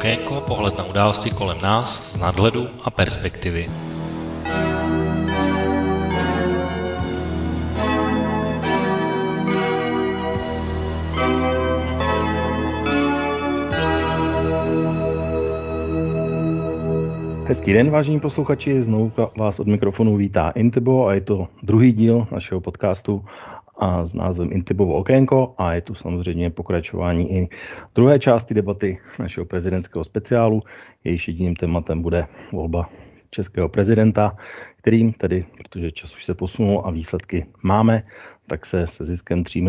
Okénko, pohled na události kolem nás, z nadhledu a perspektivy. Hezký den, vážení posluchači, znovu vás od mikrofonu vítá Intibo a je to druhý díl našeho podcastu a s názvem Intibovo okénko a je tu samozřejmě pokračování i druhé části debaty našeho prezidentského speciálu. Jejíž jediným tématem bude volba českého prezidenta, kterým tedy, protože čas už se posunul a výsledky máme, tak se ziskem 3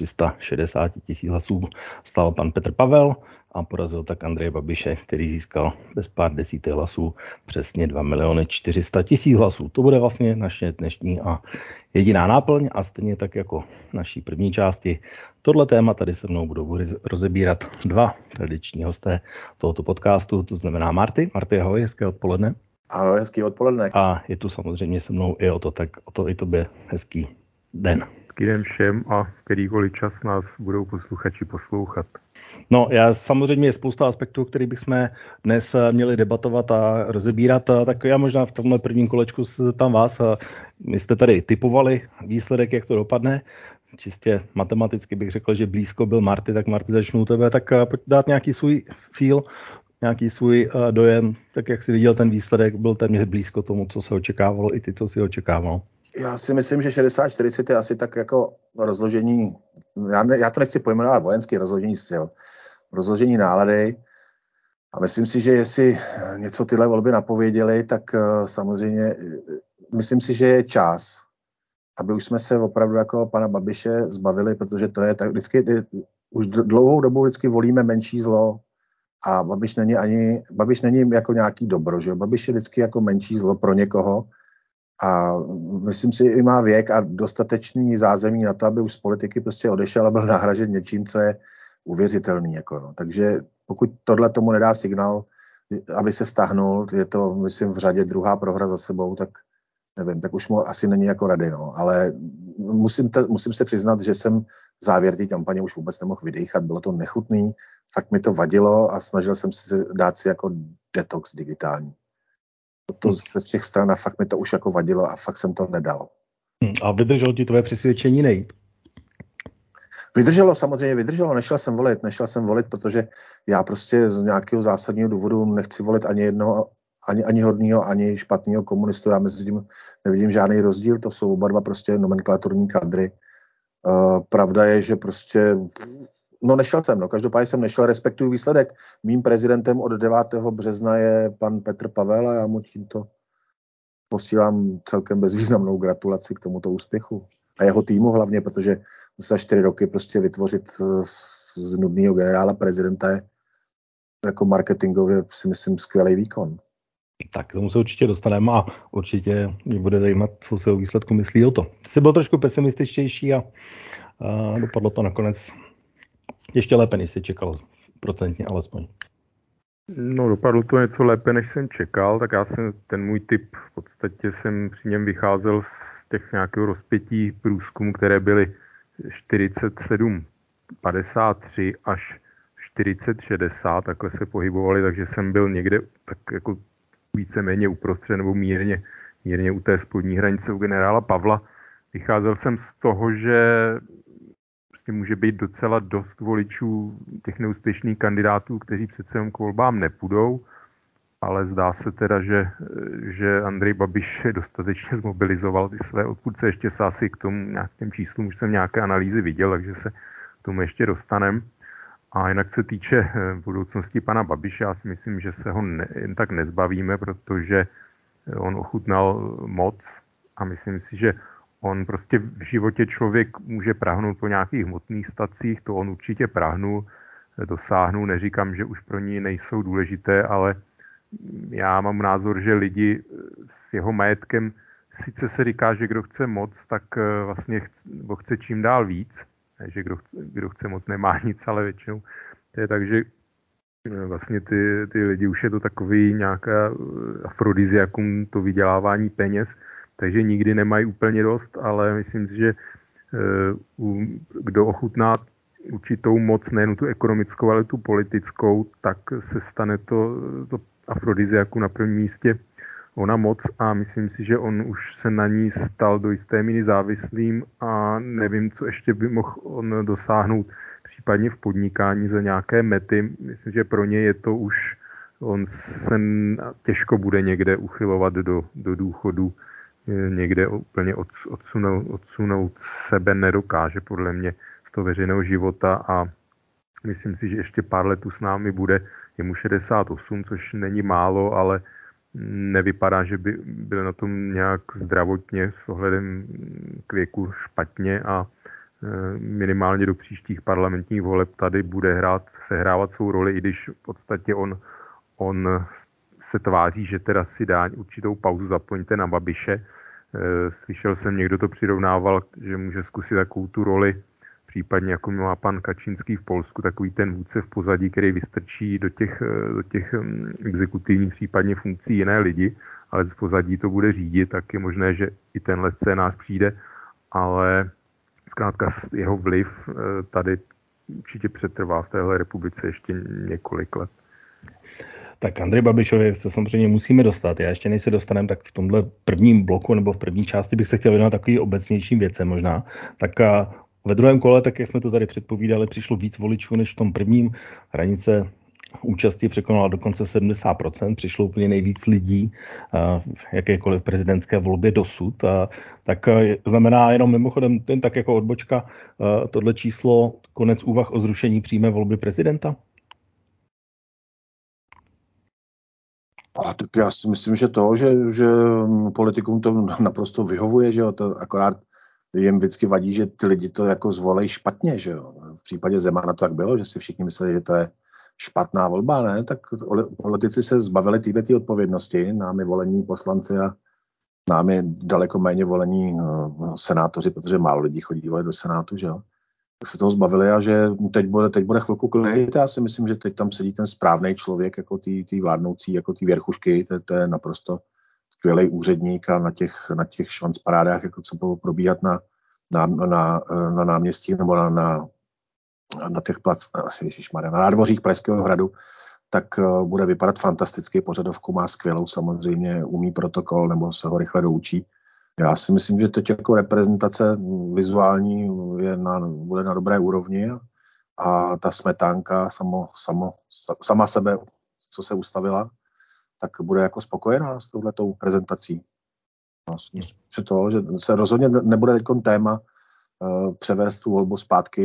360 000 hlasů stal pan Petr Pavel a porazil tak Andreje Babiše, který získal bez pár desítek hlasů přesně 2 400 000 hlasů. To bude vlastně naše dnešní a jediná náplň a stejně tak jako naší první části. Tohle téma tady se mnou budou rozebírat dva tradiční hosté tohoto podcastu, to znamená Marty. Marty, ahoj, hezké odpoledne. Ahoj, hezký odpoledne. A je tu samozřejmě se mnou i Oto, tak Oto, i tobě hezký den. Hezký den všem a kterýkoliv čas nás budou posluchači poslouchat. No, já samozřejmě je spousta aspektů, který bychom dnes měli debatovat a rozebírat, tak já možná v tomhle prvním kolečku se zeptám vás. My jste tady typovali výsledek, jak to dopadne. Čistě matematicky bych řekl, že blízko byl Marty, tak Marty, začnu u tebe, tak pojď dát nějaký svůj feel, nějaký svůj dojem, tak jak jsi viděl ten výsledek, byl téměř blízko tomu, co se očekávalo, i ty, co si očekával. Já si myslím, že 60-40 je asi tak jako rozložení, já to nechci pojmenovat vojenský rozložení sil, rozložení nálady. A myslím si, že jestli něco tyhle volby napověděli, tak samozřejmě myslím si, že je čas, aby už jsme se opravdu jako pana Babiše zbavili, protože to je tak vždycky, už dlouhou dobu vždycky volíme menší zlo a Babiš není jako nějaký dobro, že? Babiš je vždycky jako menší zlo pro někoho. A myslím si, že má věk a dostatečný zázemí na to, aby už z politiky prostě odešel a byl nahražen něčím, co je uvěřitelný. Jako, no. Takže pokud tohle tomu nedá signál, aby se stáhnul, je to, myslím, v řadě druhá prohra za sebou, tak nevím, tak už mu asi není jako rady. No. Ale musím se přiznat, že jsem závěr té kampaně už vůbec nemohl vydýchat, bylo to nechutný, fakt mi to vadilo a snažil jsem se dát si jako detox digitální. To ze všech stran a fakt mi to už jako vadilo a fakt jsem to nedal. A vydrželo ti tvoje přesvědčení nejít? Vydrželo, samozřejmě vydrželo, nešel jsem volit, protože já prostě z nějakého zásadního důvodu nechci volit ani jednoho, ani hodného, ani špatného komunistu, já mezi tím nevidím žádný rozdíl, to jsou oba dva prostě nomenklaturní kadry. Pravda je, že prostě nešel jsem, každopádně jsem nešel, respektuju výsledek. Mým prezidentem od 9. března je pan Petr Pavel a já mu tímto posílám celkem bezvýznamnou gratulaci k tomuto úspěchu. A jeho týmu hlavně, protože za 4 roky prostě vytvořit z nudného generála prezidenta je jako marketingově si myslím skvělý výkon. Tak k tomu se určitě dostaneme a určitě mě bude zajímat, co se o výsledku myslí Oto. Jsi byl trošku pesimističtější a dopadlo to nakonec ještě lépe, než jsi čekal, procentně alespoň. No, dopadlo to něco lépe, než jsem čekal, tak já jsem ten můj tip, v podstatě jsem při něm vycházel z těch nějakého rozpětí průzkumu, které byly 47-53 až 40-60, takhle se pohybovaly, takže jsem byl někde tak jako víceméně uprostřed nebo mírně u té spodní hranice u generála Pavla. Vycházel jsem z toho, že může být docela dost voličů těch neúspěšných kandidátů, kteří přece jen k volbám nepůjdou, ale zdá se teda, že Andrej Babiš dostatečně zmobilizoval ty své odpůrce. Ještě se asi k tomu nějakým číslům už jsem nějaké analýzy viděl, takže se k tomu ještě dostaneme. A jinak se týče budoucnosti pana Babiše, já si myslím, že se ho jen tak nezbavíme, protože on ochutnal moc a myslím si, že on prostě v životě člověk může prahnout po nějakých hmotných stacích, to on určitě prahnul, dosáhnul, neříkám, že už pro ní nejsou důležité, ale já mám názor, že lidi s jeho majetkem, sice se říká, že kdo chce moc, tak vlastně chce čím dál víc, že kdo chce moc nemá nic, ale většinou to je tak, že vlastně ty lidi už je to takový nějaká afrodiziakum, to vydělávání peněz, takže nikdy nemají úplně dost, ale myslím si, že kdo ochutná určitou moc, nejen tu ekonomickou, ale tu politickou, tak se stane to afrodiziaku na prvním místě ona moc a myslím si, že on už se na ní stal do jisté míry závislým a nevím, co ještě by mohl on dosáhnout případně v podnikání za nějaké mety. Myslím, že pro ně je to už, on se těžko bude někde uchylovat do důchodu, někde úplně odsunout sebe nedokáže podle mě z toho veřejného života a myslím si, že ještě pár let tu s námi bude. Je mu 68, což není málo, ale nevypadá, že by byl na tom nějak zdravotně s ohledem k věku špatně a minimálně do příštích parlamentních voleb tady bude sehrávat svou roli, i když v podstatě on se tváří, že teda si dá určitou pauzu, zapomeňte na Babiše. Slyšel jsem, někdo to přirovnával, že může zkusit takovou tu roli, případně jako má pan Kačínský v Polsku, takový ten vůdce v pozadí, který vystrčí do těch exekutivních případně funkcí jiné lidi, ale z pozadí to bude řídit, tak je možné, že i tenhle scénář přijde, ale zkrátka jeho vliv tady určitě přetrvá v téhle republice ještě několik let. Tak Andrej Babišovi se samozřejmě musíme dostat. Já ještě než se dostaneme, tak v tomhle prvním bloku nebo v první části bych se chtěl věnovat takový obecnějším věcem možná. Tak ve druhém kole, tak jak jsme to tady předpovídali, přišlo víc voličů než v tom prvním. Hranice účasti překonala dokonce 70%, přišlo úplně nejvíc lidí v jakékoliv prezidentské volbě dosud. Tak znamená jenom mimochodem ten tak jako odbočka tohle číslo konec úvah o zrušení přímé volby prezidenta? Tak já si myslím, že že politikům to naprosto vyhovuje, že jo, to akorát jim vždycky vadí, že ty lidi to jako zvolejí špatně, že jo. V případě Zemana to tak bylo, že si všichni mysleli, že to je špatná volba, ne? Tak politici se zbavili této odpovědnosti, námi volení poslanci a námi daleko méně volení senátoři, protože málo lidí chodí volit do Senátu, že jo. Tak se toho zbavili a že teď bude chvilku klid. Já si myslím, že teď tam sedí ten správný člověk, jako tý vládnoucí, jako tý věrchušky, to je naprosto skvělý úředník a na těch švancparádách, jako co budou probíhat na náměstí nebo na těch na nádvořích Pražského hradu, tak bude vypadat fantasticky. Pořadovku má skvělou, samozřejmě umí protokol nebo se ho rychle doučí. Já si myslím, že teď jako reprezentace vizuální bude na dobré úrovni a ta Smetánka sama sebe, co se ustavila, tak bude jako spokojená s touhletou prezentací. Při to, že se rozhodně nebude teď téma převést tu volbu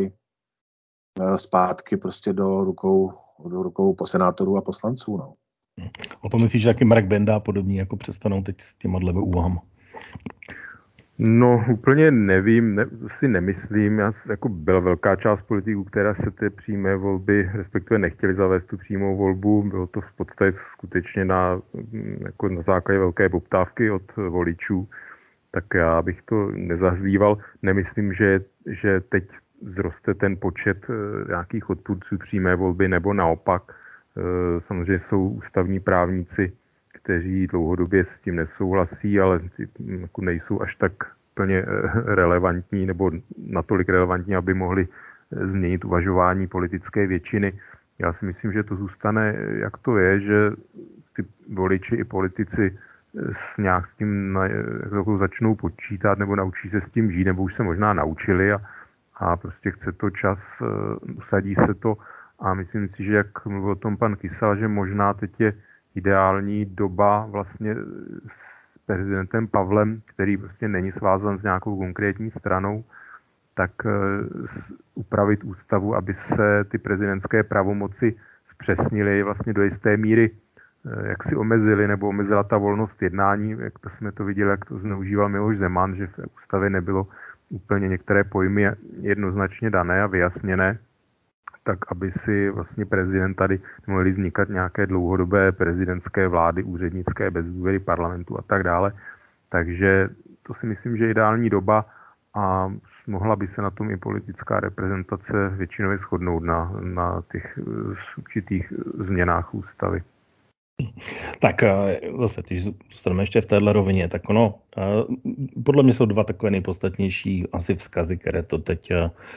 zpátky prostě do rukou senátorů a poslanců. No. O tom myslíš, že taky Marek Benda a podobně jako přestanou teď s těma úvahama? No, úplně nevím, si nemyslím. Jako byla velká část politiků, která se té přímé volby, respektive nechtěli zavést tu přímou volbu. Bylo to v podstatě skutečně na základě velké poptávky od voličů. Tak já bych to nezahzlíval. Nemyslím, že teď zroste ten počet nějakých odpůrců přímé volby, nebo naopak. Samozřejmě jsou ústavní právníci, kteří dlouhodobě s tím nesouhlasí, ale jako nejsou až tak plně relevantní nebo natolik relevantní, aby mohli změnit uvažování politické většiny. Já si myslím, že to zůstane, jak to je, že ty voliči i politici nějak s tím začnou počítat nebo naučí se s tím žít, nebo už se možná naučili a prostě chce to čas, usadí se to a myslím si, že jak mluvil o tom pan Kysel, že možná teď je ideální doba vlastně s prezidentem Pavlem, který prostě není svázan s nějakou konkrétní stranou, tak upravit ústavu, aby se ty prezidentské pravomoci zpřesnily vlastně do jisté míry, jak si omezili, nebo omezila ta volnost jednání, jak to jsme to viděli, jak to zneužíval Miloš Zeman, že v ústavě nebylo úplně některé pojmy jednoznačně dané a vyjasněné, tak aby si vlastně prezident tady mohly vznikat nějaké dlouhodobé prezidentské vlády, úřednické, bez důvěry parlamentu a tak dále. Takže to si myslím, že je ideální doba a mohla by se na tom i politická reprezentace většinově shodnout na těch určitých změnách ústavy. Tak zase, když zůstaneme ještě v téhle rovině, tak podle mě jsou dva takové nejpodstatnější asi vzkazy, které to teď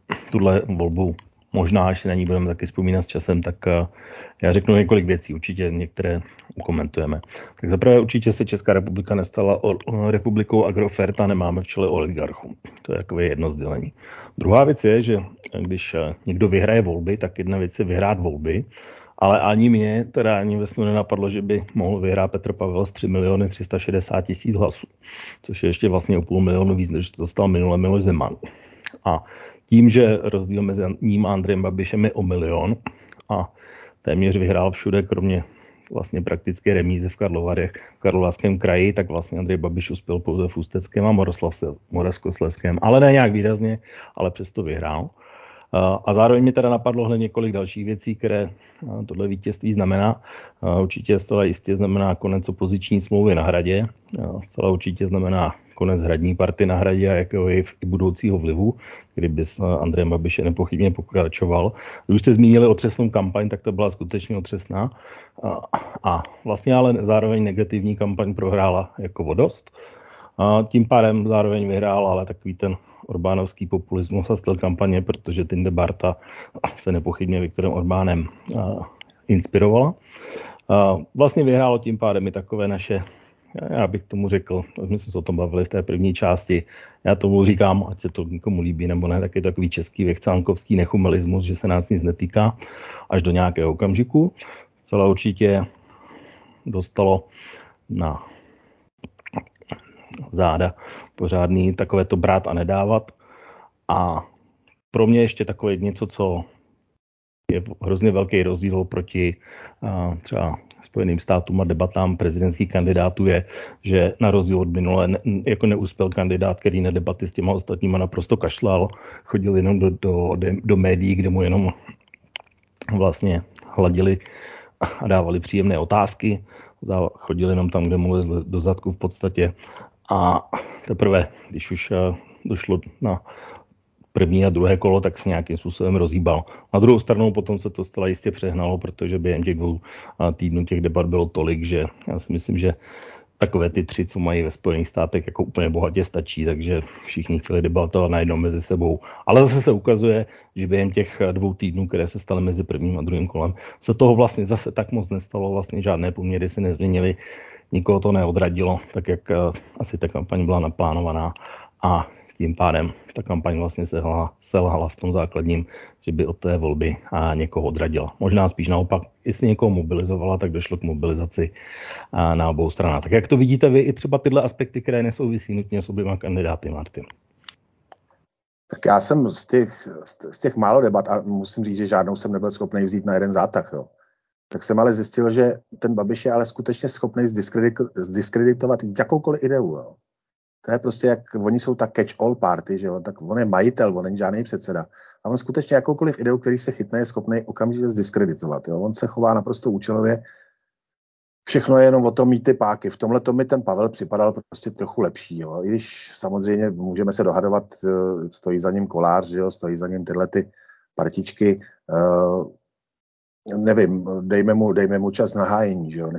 tuhle volbu možná, až si na ní budeme taky vzpomínat s časem, tak já řeknu několik věcí, určitě některé komentujeme. Tak zaprvé určitě se Česká republika nestala republikou Agrofert a nemáme v čele oligarchů. To je takové jedno sdělení. Druhá věc je, že když někdo vyhraje volby, tak jedna věc je vyhrát volby, ale ani mě teda ani ve snu nenapadlo, že by mohl vyhrát Petr Pavel z 3 360 000 hlasů, což je ještě vlastně o 500 000 víc, než to dostal minule Miloš Zeman. A tím, že rozdíl mezi ním a Andrejem Babišem je o 1 000 000 a téměř vyhrál všude, kromě vlastně praktické remízy v Karlovarském kraji, tak vlastně Andrej Babiš uspěl pouze v Ústeckém a Moravskoslezském, ale ne nějak výrazně, ale přesto vyhrál. A zároveň mi teda napadlo hned několik dalších věcí, které tohle vítězství znamená. Určitě zcela jistě znamená konec opoziční smlouvy na Hradě, zcela určitě znamená konec hradní party na Hradě a jakého i budoucího vlivu, kdyby s Andrejem Babišem nepochybně pokračoval. Když jste zmínili otřesnou kampaň, tak to byla skutečně otřesná a vlastně ale zároveň negativní kampaň prohrála jako vodost. A tím pádem zároveň vyhrál, ale takový ten orbánovský populismus a styl kampaně, protože Tinde Barta se nepochybně Viktorem Orbánem inspirovala. Vlastně vyhrálo tím pádem i takové naše, já bych tomu řekl, my jsme se o tom bavili v té první části, já tomu říkám, ať se to někomu líbí nebo ne, tak je takový český vechcánkovský nechumelismus, že se nás nic netýká až do nějakého okamžiku. Celá určitě dostalo na záda pořádný takové to brát a nedávat. A pro mě ještě takové něco, co je hrozně velký rozdíl proti třeba Spojeným státům a debatám prezidentských kandidátů je, že na rozdíl od minule jako neuspěl kandidát, který na debaty s těma ostatníma naprosto kašlal, chodil jenom do médií, kde mu jenom vlastně hladili a dávali příjemné otázky, chodil jenom tam, kde mu lezli do zadku v podstatě. A teprve, když už došlo na první a druhé kolo, tak se nějakým způsobem rozhýbal. Na druhou stranu potom se to zcela jistě přehnalo, protože během těch 2 týdnů těch debat bylo tolik, že já si myslím, že takové ty 3, co mají ve Spojených státech, jako úplně bohatě stačí, takže všichni chtěli debatovat najednou mezi sebou. Ale zase se ukazuje, že během těch 2 týdnů, které se staly mezi prvním a druhým kolem, se toho vlastně zase tak moc nestalo, vlastně žádné poměry se nezměnily, nikoho to neodradilo, tak jak asi ta kampaň byla naplánovaná a tím pádem ta kampaň vlastně selhala v tom základním, že by od té volby někoho odradila. Možná spíš naopak, jestli někoho mobilizovala, tak došlo k mobilizaci na obou stranách. Tak jak to vidíte vy i třeba tyhle aspekty, které nesouvisí nutně s oběma kandidáty, Martin? Tak já jsem z těch málo debat, a musím říct, že žádnou jsem nebyl schopný vzít na jeden zátah, jo. Tak jsem ale zjistil, že ten Babiš je ale skutečně schopný zdiskreditovat jakoukoliv ideu, jo. To je prostě, jak oni jsou ta catch-all party, že jo, tak on je majitel, on není žádný předseda. A on skutečně jakoukoliv ideu, který se chytne, je schopný okamžitě zdiskreditovat, jo. On se chová naprosto účelově. Všechno je jenom o tom mít ty páky. V tomhle mi ten Pavel připadal prostě trochu lepší, jo. I když samozřejmě můžeme se dohadovat, stojí za ním Kolář, že jo, stojí za ním tyhle ty partičky. Nevím, dejme mu čas na hájení, že jo.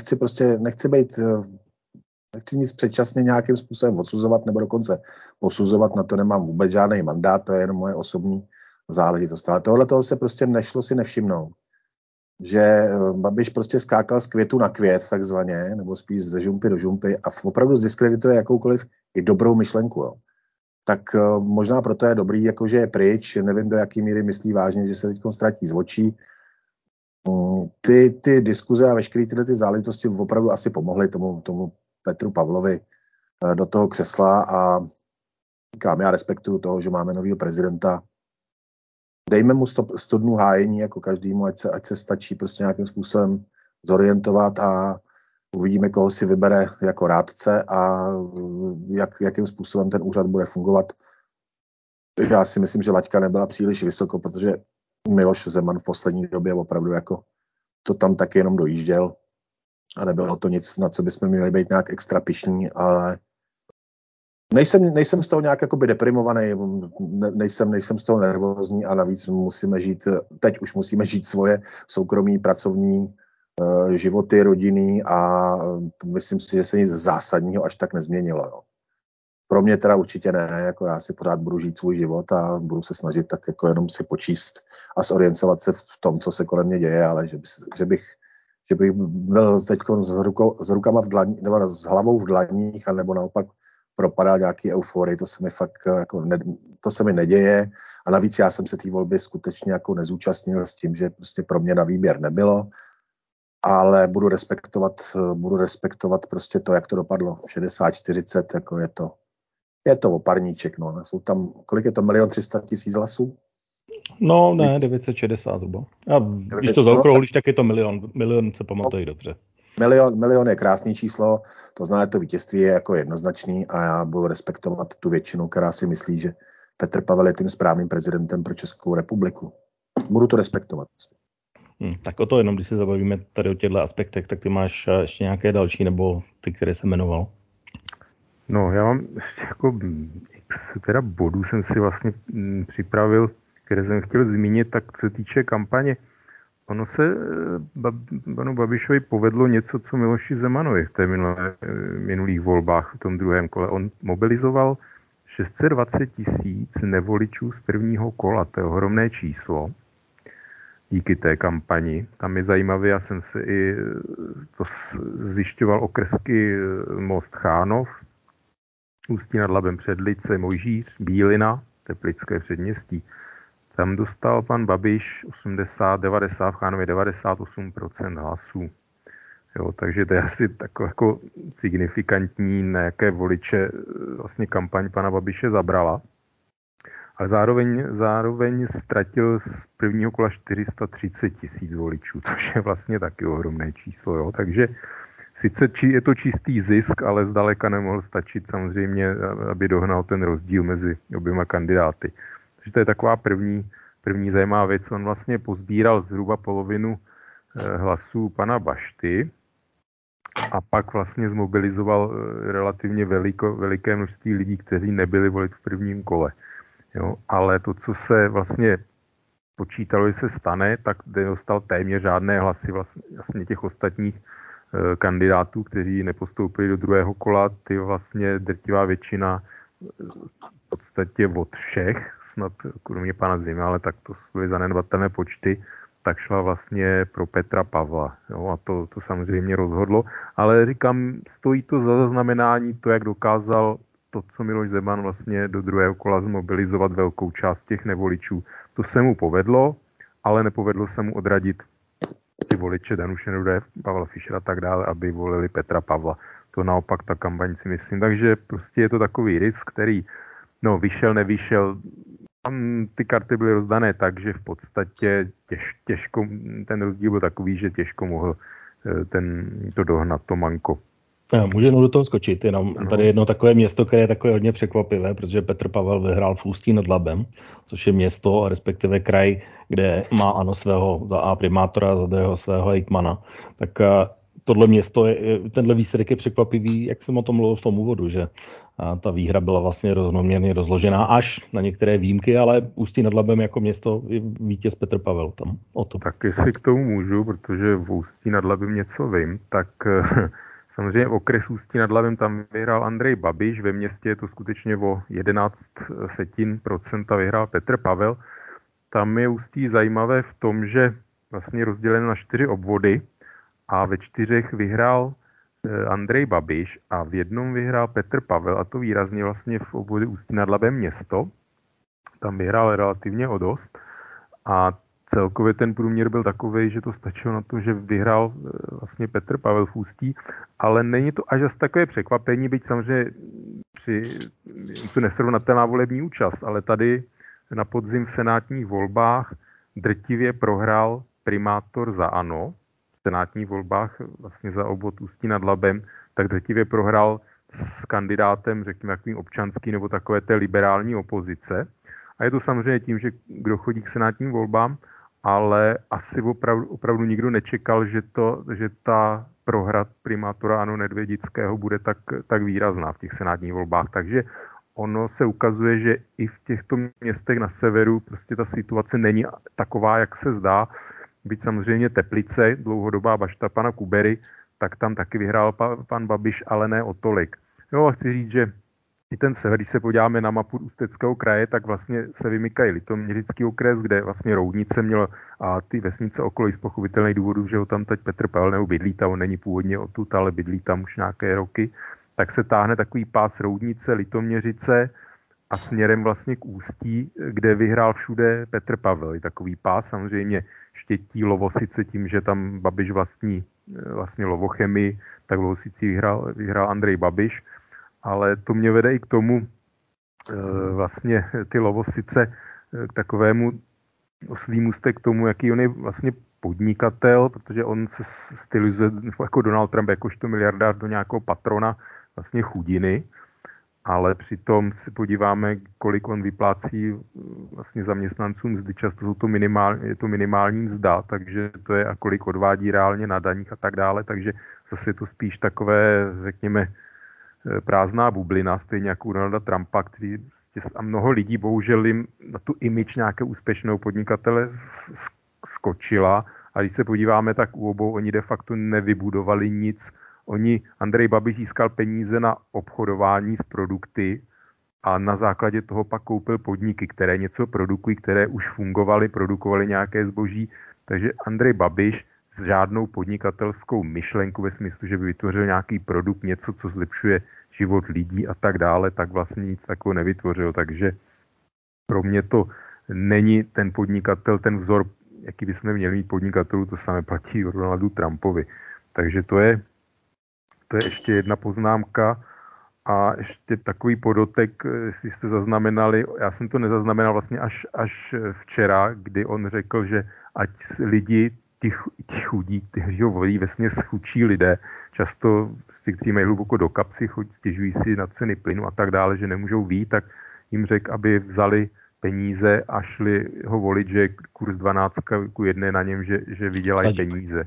Nechci nic předčasně nějakým způsobem odsuzovat nebo dokonce posuzovat, na to nemám vůbec žádný mandát, to je jenom moje osobní záležitost. Ale tohle se prostě nešlo si nevšimnout, že Babiš prostě skákal z květu na květ takzvaně, nebo spíš ze žumpy do žumpy a opravdu zdiskredituje jakoukoliv i dobrou myšlenku. Jo. Tak možná proto je dobrý, jakože je pryč, nevím do jaký míry myslí vážně, že se teď ztratí z očí. Ty diskuze a veškeré tyhle ty záležitosti opravdu asi pomohly tomu Petru Pavlovi do toho křesla a říkám, já respektuju toho, že máme novýho prezidenta. Dejme mu 100 dnů hájení jako každému, ať se stačí prostě nějakým způsobem zorientovat a uvidíme, koho si vybere jako rádce a jakým způsobem ten úřad bude fungovat. Já si myslím, že laťka nebyla příliš vysoko, protože Miloš Zeman v poslední době opravdu jako to tam taky jenom dojížděl a nebylo to nic, na co bychom měli být nějak extra pyšní, ale nejsem z toho nějak jakoby deprimovaný, nejsem z toho nervózní a navíc teď už musíme žít svoje soukromí, pracovní životy, rodiny a myslím si, že se nic zásadního až tak nezměnilo. Jo. Pro mě teda určitě ne, jako já si pořád budu žít svůj život a budu se snažit tak jako jenom si počíst a zorientovat se v tom, co se kolem mě děje, ale že bych byl teď s rukama v dlaních, nebo s hlavou v dlaních, nebo naopak propadal nějaký euforii, to se mi fakt jako to se mi neděje a navíc já jsem se té volby skutečně jako nezúčastnil s tím, že prostě pro mě na výběr nebylo, ale budu respektovat prostě to, jak to dopadlo. 60-40, jako je to oparníček, no. Jsou tam, kolik je to, 1 300 000 hlasů? No ne, 960 zhruba. A když to zaokrouhlíš, tak je to milion. Milion se pamatují dobře. Milion je krásný číslo, to znamená, to vítězství je jako jednoznačný a já budu respektovat tu většinu, která si myslí, že Petr Pavel je tím správným prezidentem pro Českou republiku. Budu to respektovat. Tak o to jenom, když se zabavíme tady o těchto aspektech, tak ty máš ještě nějaké další, nebo ty, které se jmenoval? No, já mám ještě jako teda bodů jsem si vlastně připravil, které jsem chtěl zmínit, tak co se týče kampaně. Ono se panu Babišovi povedlo něco, co Miloši Zemanovi v té minulých volbách v tom druhém kole. On mobilizoval 620 000 nevoličů z prvního kola, to je ohromné číslo. Díky té kampani. Tam je zajímavé, já jsem se i to zjišťoval okresky Most Chánov, Ústí nad Labem, Předlice, Mojžíř, Bílina, Teplické předměstí. Tam dostal pan Babiš 90, v Chánově 98% hlasů. Jo, takže to je asi takové jako signifikantní, na jaké voliče vlastně kampaň pana Babiše zabrala. Ale zároveň ztratil z prvního kola 430 000 voličů, což je vlastně taky ohromné číslo. Jo. Takže sice je to čistý zisk, ale zdaleka nemohl stačit samozřejmě, aby dohnal ten rozdíl mezi oběma kandidáty. Takže to je taková první zajímavá věc. On vlastně pozbíral zhruba polovinu hlasů pana Bašty a pak vlastně zmobilizoval relativně veliké množství lidí, kteří nebyli volit v prvním kole. Jo, ale to, co se vlastně počítalo, že se stane, tak nedostal téměř žádné hlasy vlastně těch ostatních kandidátů, kteří nepostoupili do druhého kola. Ty vlastně drtivá většina v podstatě od všech, snad kromě pana Zimy, ale tak to byly zanedbatelné počty, tak šla vlastně pro Petra Pavla. Jo, a to samozřejmě rozhodlo. Ale říkám, stojí to za zaznamenání, to, jak dokázal to, co Miloš Zeman vlastně do druhého kola zmobilizovat velkou část těch nevoličů. To se mu povedlo, ale nepovedlo se mu odradit ty voliče Danuše Nerudové, Pavla Fischera a tak dále, aby volili Petra Pavla. To naopak ta kampaň si myslím. Takže prostě je to takový risk, který vyšel, nevyšel. Tam ty karty byly rozdané tak, že v podstatě těžko, ten rozdíl byl takový, že těžko mohl to dohnat, to manko. Můžu do toho skočit, jenom tady jedno takové město, které je takové hodně překvapivé, protože Petr Pavel vyhrál v Ústí nad Labem, což je město, respektive kraj, kde má ANO svého za A primátora, za druhého svého hejtmana. Tak tohle město, tenhle výsledek je překvapivý, jak jsem o tom mluvil v tom úvodu, že ta výhra byla vlastně rovnoměrně rozložená až na některé výjimky, ale Ústí nad Labem jako město je vítěz Petr Pavel tam o to. Tak jestli k tomu můžu, protože v Ústí nad Labem něco vím, tak samozřejmě v okresu Ústí nad Labem tam vyhrál Andrej Babiš, ve městě je to skutečně o 11% vyhrál Petr Pavel. Tam je Ústí zajímavé v tom, že vlastně rozděleno na 4 obvody a ve 4 vyhrál Andrej Babiš a v jednom vyhrál Petr Pavel, a to výrazně vlastně v obvodu Ústí nad Labem město. Tam vyhrál relativně o dost a celkově ten průměr byl takovej, že to stačilo na to, že vyhrál vlastně Petr Pavel v Ústí, ale není to až takové překvapení, byť samozřejmě to nesrovnatelná volební účast, ale tady na podzim v senátních volbách drtivě prohrál primátor za ANO, v senátních volbách vlastně za obvod Ústí nad Labem, tak drtivě prohrál s kandidátem, řekněme, jakým občanský nebo takové té liberální opozice. A je to samozřejmě tím, že kdo chodí k senátním volbám, ale asi opravdu nikdo nečekal, že ta prohra primátora ANO Nedvědického bude tak výrazná v těch senátních volbách. Takže ono se ukazuje, že i v těchto městech na severu prostě ta situace není taková, jak se zdá. Byť samozřejmě Teplice, dlouhodobá bašta pana Kubery, tak tam taky vyhrál pan Babiš, ale ne o tolik. Jo, chci říct, že i ten sever, když se podíváme na mapu Ústeckého kraje, tak vlastně se vymykají Litoměřický okres, kde vlastně Roudnice mělo a ty vesnice okolo z pochopitelných důvodů, že ho tam teď Petr Pavel nebo bydlí tam, on není původně odtud, ale bydlí tam už nějaké roky, tak se táhne takový pás Roudnice, Litoměřice a směrem vlastně k Ústí, kde vyhrál všude Petr Pavel. Je takový pás, samozřejmě Štětí, Lovosice, tím, že tam Babiš vlastní vlastně Lovochemii, tak v Lovosici vyhrál Andrej Babiš. Ale to mě vede i k tomu, vlastně ty Lovosice, k takovému oslý můstek k tomu, jaký on je vlastně podnikatel, protože on se stylizuje jako Donald Trump, jakožto miliardář do nějakého patrona vlastně chudiny, ale přitom se podíváme, kolik on vyplácí vlastně zaměstnancům mzdy, často jsou to je to minimální mzda, takže to je a kolik odvádí reálně na daních a tak dále, takže zase je to spíš takové, řekněme, prázdná bublina, stejně jako u Donalda Trumpa, který a mnoho lidí bohužel jim na tu image nějakého úspěšného podnikatele skočila a když se podíváme, tak u obou oni de facto nevybudovali nic. Andrej Babiš získal peníze na obchodování s produkty a na základě toho pak koupil podniky, které něco produkují, které už fungovaly, produkovaly nějaké zboží. Takže Andrej Babiš s žádnou podnikatelskou myšlenku ve smyslu, že by vytvořil nějaký produkt, něco, co zlepšuje život lidí a tak dále, tak vlastně nic takového nevytvořil. Takže pro mě to není ten podnikatel, ten vzor, jaký bychom měli mít podnikatelů, to samé platí o Donaldu Trumpovi. Takže to je ještě jedna poznámka a ještě takový podotek, jestli jste zaznamenali, já jsem to nezaznamenal vlastně až včera, kdy on řekl, že ať lidi, ti chudí, kteří ho volí vesměs chudší lidé, často ty, kteří mají hluboko do kapsy, stěžují si na ceny plynu a tak dále, že nemůžou vyjít, tak jim řekl, aby vzali peníze a šli ho volit, že kurz 12:1 na něm, že vydělají peníze.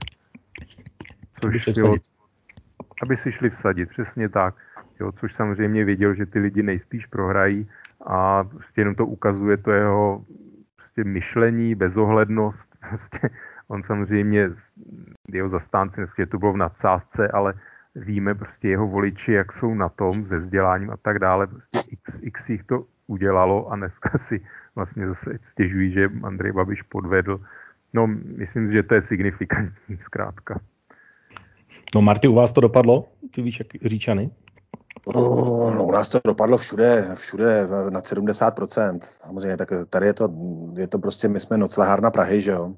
Což bylo, aby si šli vsadit, přesně tak. Jo, což samozřejmě věděl, že ty lidi nejspíš prohrají a prostě jenom to ukazuje to jeho prostě myšlení, bezohlednost. Prostě on samozřejmě, jeho zastánci, že to bylo v nadsázce, ale víme prostě jeho voliči, jak jsou na tom se vzděláním a tak dále. Prostě x jich to udělalo a dneska si vlastně zase stěžují, že Andrej Babiš podvedl. No, myslím, že to je signifikantní zkrátka. No Marty, u vás to dopadlo? Ty víš, jak Říčany? No, u nás to dopadlo všude na 70%. Samozřejmě, tak tady je to prostě, my jsme noclehárna Prahy, že jo?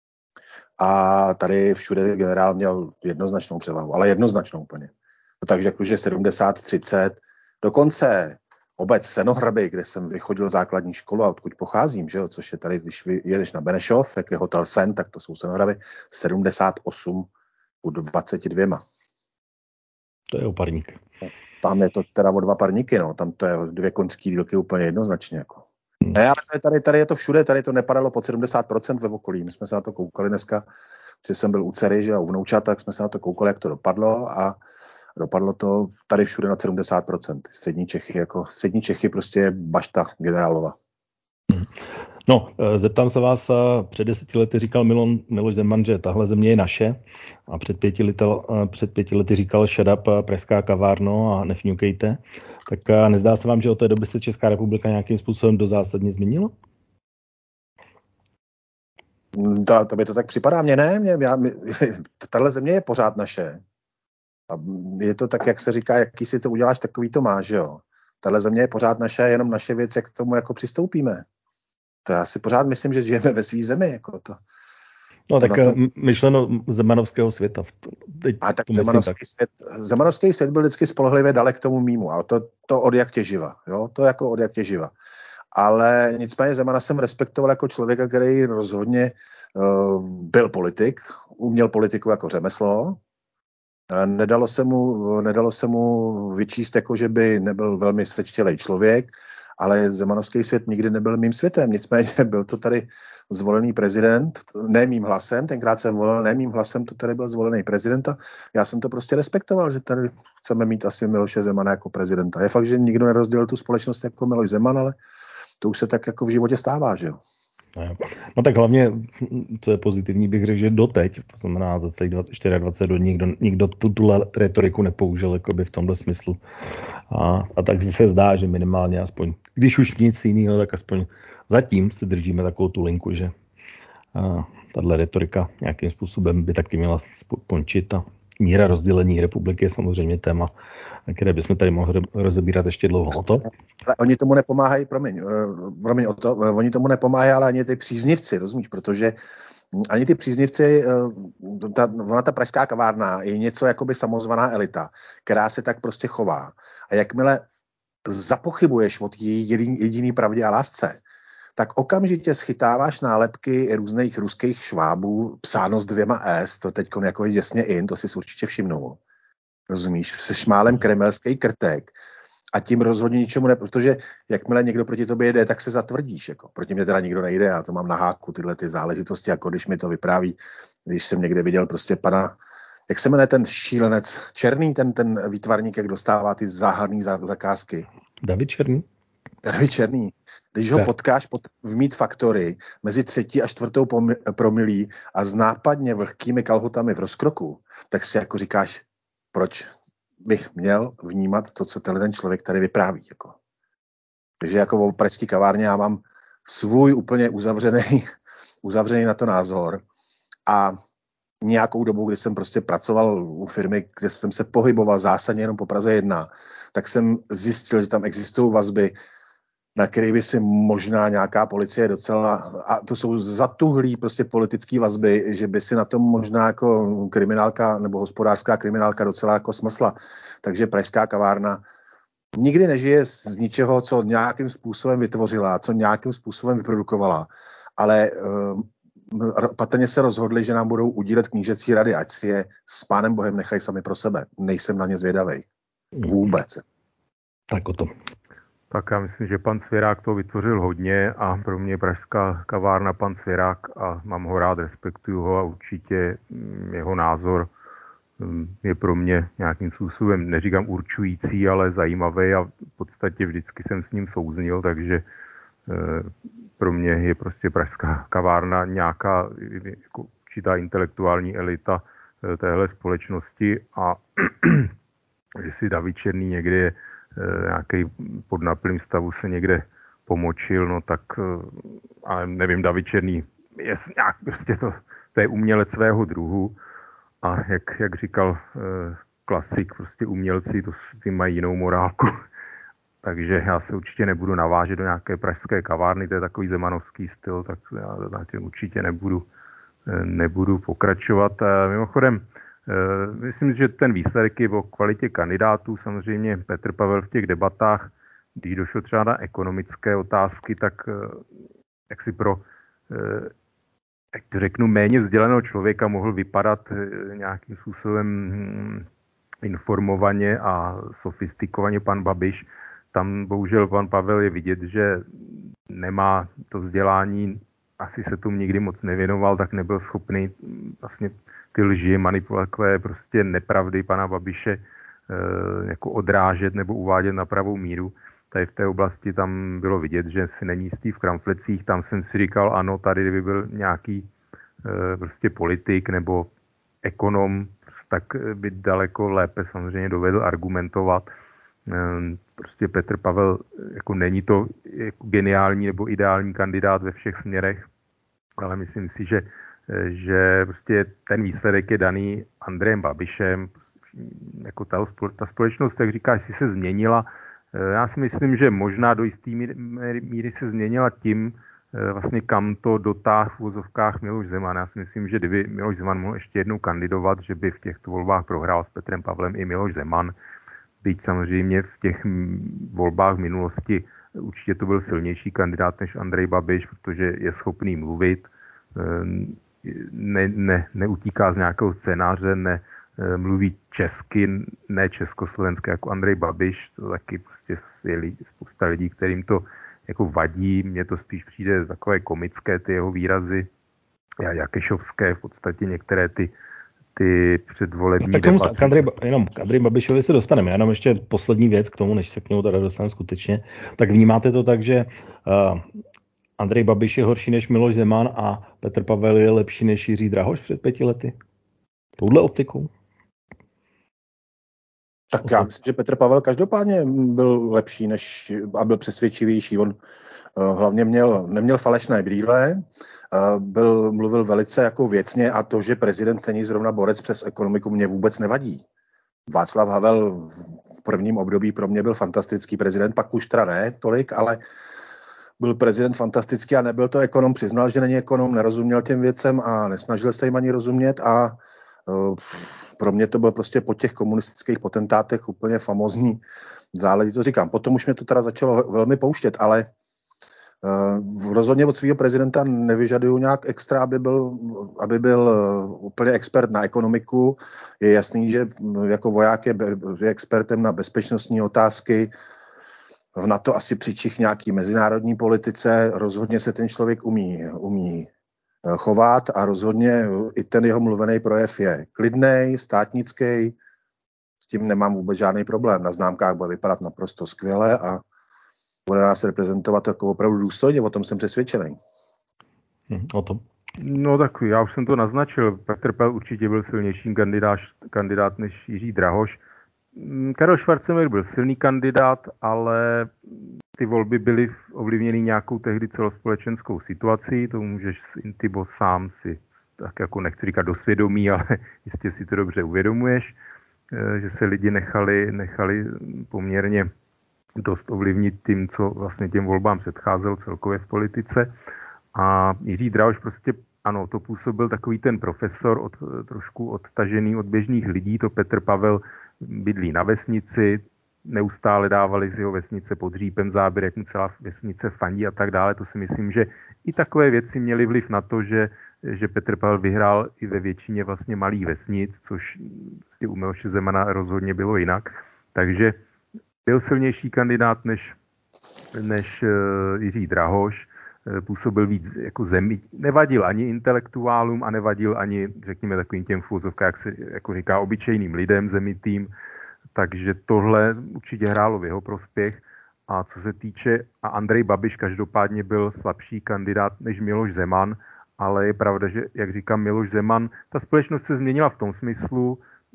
A tady všude generál měl jednoznačnou převahu, ale jednoznačnou úplně. Takže jakože 70-30. Dokonce obec Senohraby, kde jsem vychodil základní školu a odkud pocházím, že jo? Což je tady, když jedeš na Benešov, jak je hotel Sen, tak to jsou Senohraby, 78 u 22. To je oparník. Tam je to teda o 2 parníky, no. Tam to je 2 koňský dílky úplně jednoznačně. Jako. Ne, ale tady je to všude, tady to nepadalo pod 70% ve okolí. My jsme se na to koukali dneska, že jsem byl u dcery, že a u vnoučat, tak jsme se na to koukali, jak to dopadlo a dopadlo to tady všude na 70%. Střední Čechy prostě je bašta generálova. No, zeptám se vás, před 10 lety říkal Miloš Zeman, že tahle země je naše a před 5 lety říkal shut up, pražská kavárno a nefňukejte. Tak nezdá se vám, že od té doby se Česká republika nějakým způsobem dozásadně změnila? To by to tak připadá, mně ne. Tahle země je pořád naše. A je to tak, jak se říká, jaký si to uděláš, takový to máš, jo. Tahle země je pořád naše, jenom naše věc, jak k tomu jako přistoupíme. To já si pořád myslím, že žijeme ve svý zemi. Jako to. No tak myšleno zemanovského světa. Tak zemanovský svět byl vždycky spolehlivě dalek k tomu mýmu. A to od jak těživa. Jo? To jako od jak těživa. Ale nicméně Zemana jsem respektoval jako člověka, který rozhodně byl politik, uměl politiku jako řemeslo. Nedalo se mu vyčíst, jako že by nebyl velmi sečtělej člověk, ale zemanovský svět nikdy nebyl mým světem. Nicméně byl to tady zvolený prezident, ne mým hlasem, tenkrát jsem volil, ne mým hlasem, to tady byl zvolený prezident a já jsem to prostě respektoval, že tady chceme mít asi Miloše Zemana jako prezidenta. Je fakt, že nikdo nerozdělil tu společnost jako Miloš Zeman, ale to už se tak jako v životě stává, že jo. No tak hlavně, co je pozitivní, bych řekl, že doteď, to znamená za celých 24 nikdo tuhle retoriku nepoužil jakoby v tomhle smyslu. A tak se zdá, že minimálně aspoň, když už nic jiného, tak aspoň zatím si držíme takovou tu linku, že tahle retorika nějakým způsobem by taky měla končit a míra rozdělení republiky je samozřejmě téma, které bychom tady mohli rozebírat ještě dlouho. To? Ale oni tomu nepomáhají, oni tomu nepomáhají, ale ani ty příznivci, rozumíš, protože ani ty příznivci, ta pražská kavárna je něco jakoby samozvaná elita, která se tak prostě chová. A jakmile zapochybuješ od její jediný pravdě a lásce, tak okamžitě schytáváš nálepky různých ruských švábů, psáno s 2 S, to teď jako je děsně to si určitě všimnul. Rozumíš? Se šmálem kremelský krtek. A tím rozhodně ničemu protože jakmile někdo proti tobě jde, tak se zatvrdíš. Jako. Proti mě teda nikdo nejde, já to mám na háku, tyhle ty záležitosti, jako když mi to vypráví, když jsem někde viděl prostě pana, jak se jmenuje ten šílenec, Černý, ten výtvarník, jak dostává ty záhadné zakázky. David Černý? David Černý. Když ho potkáš v Meat Factory mezi 3. a 4. promilí a s nápadně vlhkými kalhotami v rozkroku, tak si jako říkáš, proč bych měl vnímat to, co ten člověk tady vypráví. Jako. Takže jako v pražské kavárně já mám svůj úplně uzavřený na to názor a nějakou dobu, kdy jsem prostě pracoval u firmy, kde jsem se pohyboval zásadně jenom po Praze 1, tak jsem zjistil, že tam existují vazby, na který by si možná nějaká policie docela, a to jsou zatuhlý prostě politický vazby, že by si na tom možná jako kriminálka nebo hospodářská kriminálka docela jako smysla. Takže pražská kavárna nikdy nežije z ničeho, co nějakým způsobem vytvořila, co nějakým způsobem vyprodukovala, ale patrně se rozhodli, že nám budou udílet knížecí rady, ať si je s Pánem Bohem nechají sami pro sebe. Nejsem na ně zvědavej. Vůbec. Tak o tom. Tak já myslím, že pan Svěrák to vytvořil hodně a pro mě pražská kavárna pan Svěrák a mám ho rád, respektuju ho a určitě jeho názor je pro mě nějakým způsobem, neříkám určující, ale zajímavý a v podstatě vždycky jsem s ním souznil, takže pro mě je prostě pražská kavárna nějaká jako určitá intelektuální elita téhle společnosti a že si David Černý někdy je nějaký pod naplným stavu se někde pomočil, no tak ale nevím, David Černý je nějak prostě to je umělec svého druhu a jak říkal klasik, prostě umělci ty mají jinou morálku. Takže já se určitě nebudu navážet do nějaké pražské kavárny, to je takový zemanovský styl, tak já na tím určitě nebudu pokračovat. Mimochodem, myslím, že ten výsledek je o kvalitě kandidátů. Samozřejmě Petr Pavel v těch debatách, když došlo třeba na ekonomické otázky, tak jak si pro, jak to řeknu, méně vzdělaného člověka mohl vypadat nějakým způsobem informovaně a sofistikovaně pan Babiš. Tam bohužel pan Pavel je vidět, že nemá to vzdělání, asi se tomu nikdy moc nevěnoval, tak nebyl schopný vlastně ty lži, manipulace, prostě nepravdy pana Babiše jako odrážet nebo uvádět na pravou míru. Tady v té oblasti tam bylo vidět, že si není jistý v kramflecích. Tam jsem si říkal, ano, tady kdyby byl nějaký prostě politik nebo ekonom, tak by daleko lépe samozřejmě dovedl argumentovat. Prostě Petr Pavel jako není to jako geniální nebo ideální kandidát ve všech směrech, ale myslím si, že prostě ten výsledek je daný Andrejem Babišem. Jako ta společnost, jak říkáš, si se změnila. Já si myslím, že možná do jisté míry se změnila tím, vlastně kam to dotáhl v uvozovkách Miloš Zeman. Já si myslím, že kdyby Miloš Zeman mohl ještě jednou kandidovat, že by v těchto volbách prohrál s Petrem Pavlem i Miloš Zeman. Byť samozřejmě v těch volbách v minulosti určitě to byl silnější kandidát než Andrej Babiš, protože je schopný mluvit, neutíká z nějakého scénáře, mluví česky, ne československé jako Andrej Babiš. To taky prostě je spousta lidí, kterým to jako vadí. Mně to spíš přijde takové komické, ty jeho výrazy, jakešovské, v podstatě některé ty předvolební debaty. K Andreji Babišovi se dostaneme. Jenom ještě poslední věc k tomu, než se k němu teda dostaneme skutečně. Tak vnímáte to tak, že Andrej Babiš je horší než Miloš Zeman a Petr Pavel je lepší než Jiří Drahoš před 5 lety? Touhle optikou? Tak já myslím, že Petr Pavel každopádně byl lepší a byl přesvědčivější. On hlavně neměl falešné brýle, mluvil velice jako věcně a to, že prezident není zrovna borec přes ekonomiku, mě vůbec nevadí. Václav Havel v prvním období pro mě byl fantastický prezident, pak už teda ne tolik, ale byl prezident fantastický a nebyl to ekonom, přiznal, že není ekonom, nerozuměl těm věcem a nesnažil se jim ani rozumět a pro mě to bylo prostě po těch komunistických potentátech úplně famózní záležitost. Říkám, potom už mě to teda začalo velmi pouštět, ale rozhodně od svého prezidenta nevyžaduju nějak extra, aby byl úplně expert na ekonomiku. Je jasný, že jako voják je expertem na bezpečnostní otázky, v NATO asi přičich nějaký mezinárodní politice, rozhodně se ten člověk umí chovat a rozhodně i ten jeho mluvený projev je klidnej, státnický, s tím nemám vůbec žádný problém. Na známkách bude vypadat naprosto skvěle a bude nás reprezentovat jako opravdu důstojně, o tom jsem přesvědčený. O tom? No tak já už jsem to naznačil. Petr Pavel určitě byl silnější kandidát než Jiří Drahoš. Karel Schwarzenegger byl silný kandidát, ale ty volby byly ovlivněny nějakou tehdy celospolečenskou situací. To můžeš Intibo sám si, tak jako nechci říkat do svědomí, ale jistě si to dobře uvědomuješ, že se lidi nechali poměrně dost ovlivnit tím, co vlastně těm volbám předcházel celkově v politice. A Jiří Drahoš prostě, ano, to působil takový ten profesor, trošku odtažený od běžných lidí. To Petr Pavel bydlí na vesnici, neustále dávali z jeho vesnice pod hřípem záběr, jak mu celá vesnice fandí a tak dále. To si myslím, že i takové věci měly vliv na to, že Petr Pavel vyhrál i ve většině vlastně malých vesnic, což u Miloše Zemana rozhodně bylo jinak. Takže byl silnější kandidát než Jiří Drahoš, působil víc jako zemi, nevadil ani intelektuálům a nevadil ani, řekněme, takovým těm filozofkám, jak se jako říká, obyčejným lidem zemitým, takže tohle určitě hrálo v jeho prospěch. A co se týče, a Andrej Babiš každopádně byl slabší kandidát než Miloš Zeman, ale je pravda, že, jak říkám Miloš Zeman, ta společnost se změnila v tom smyslu,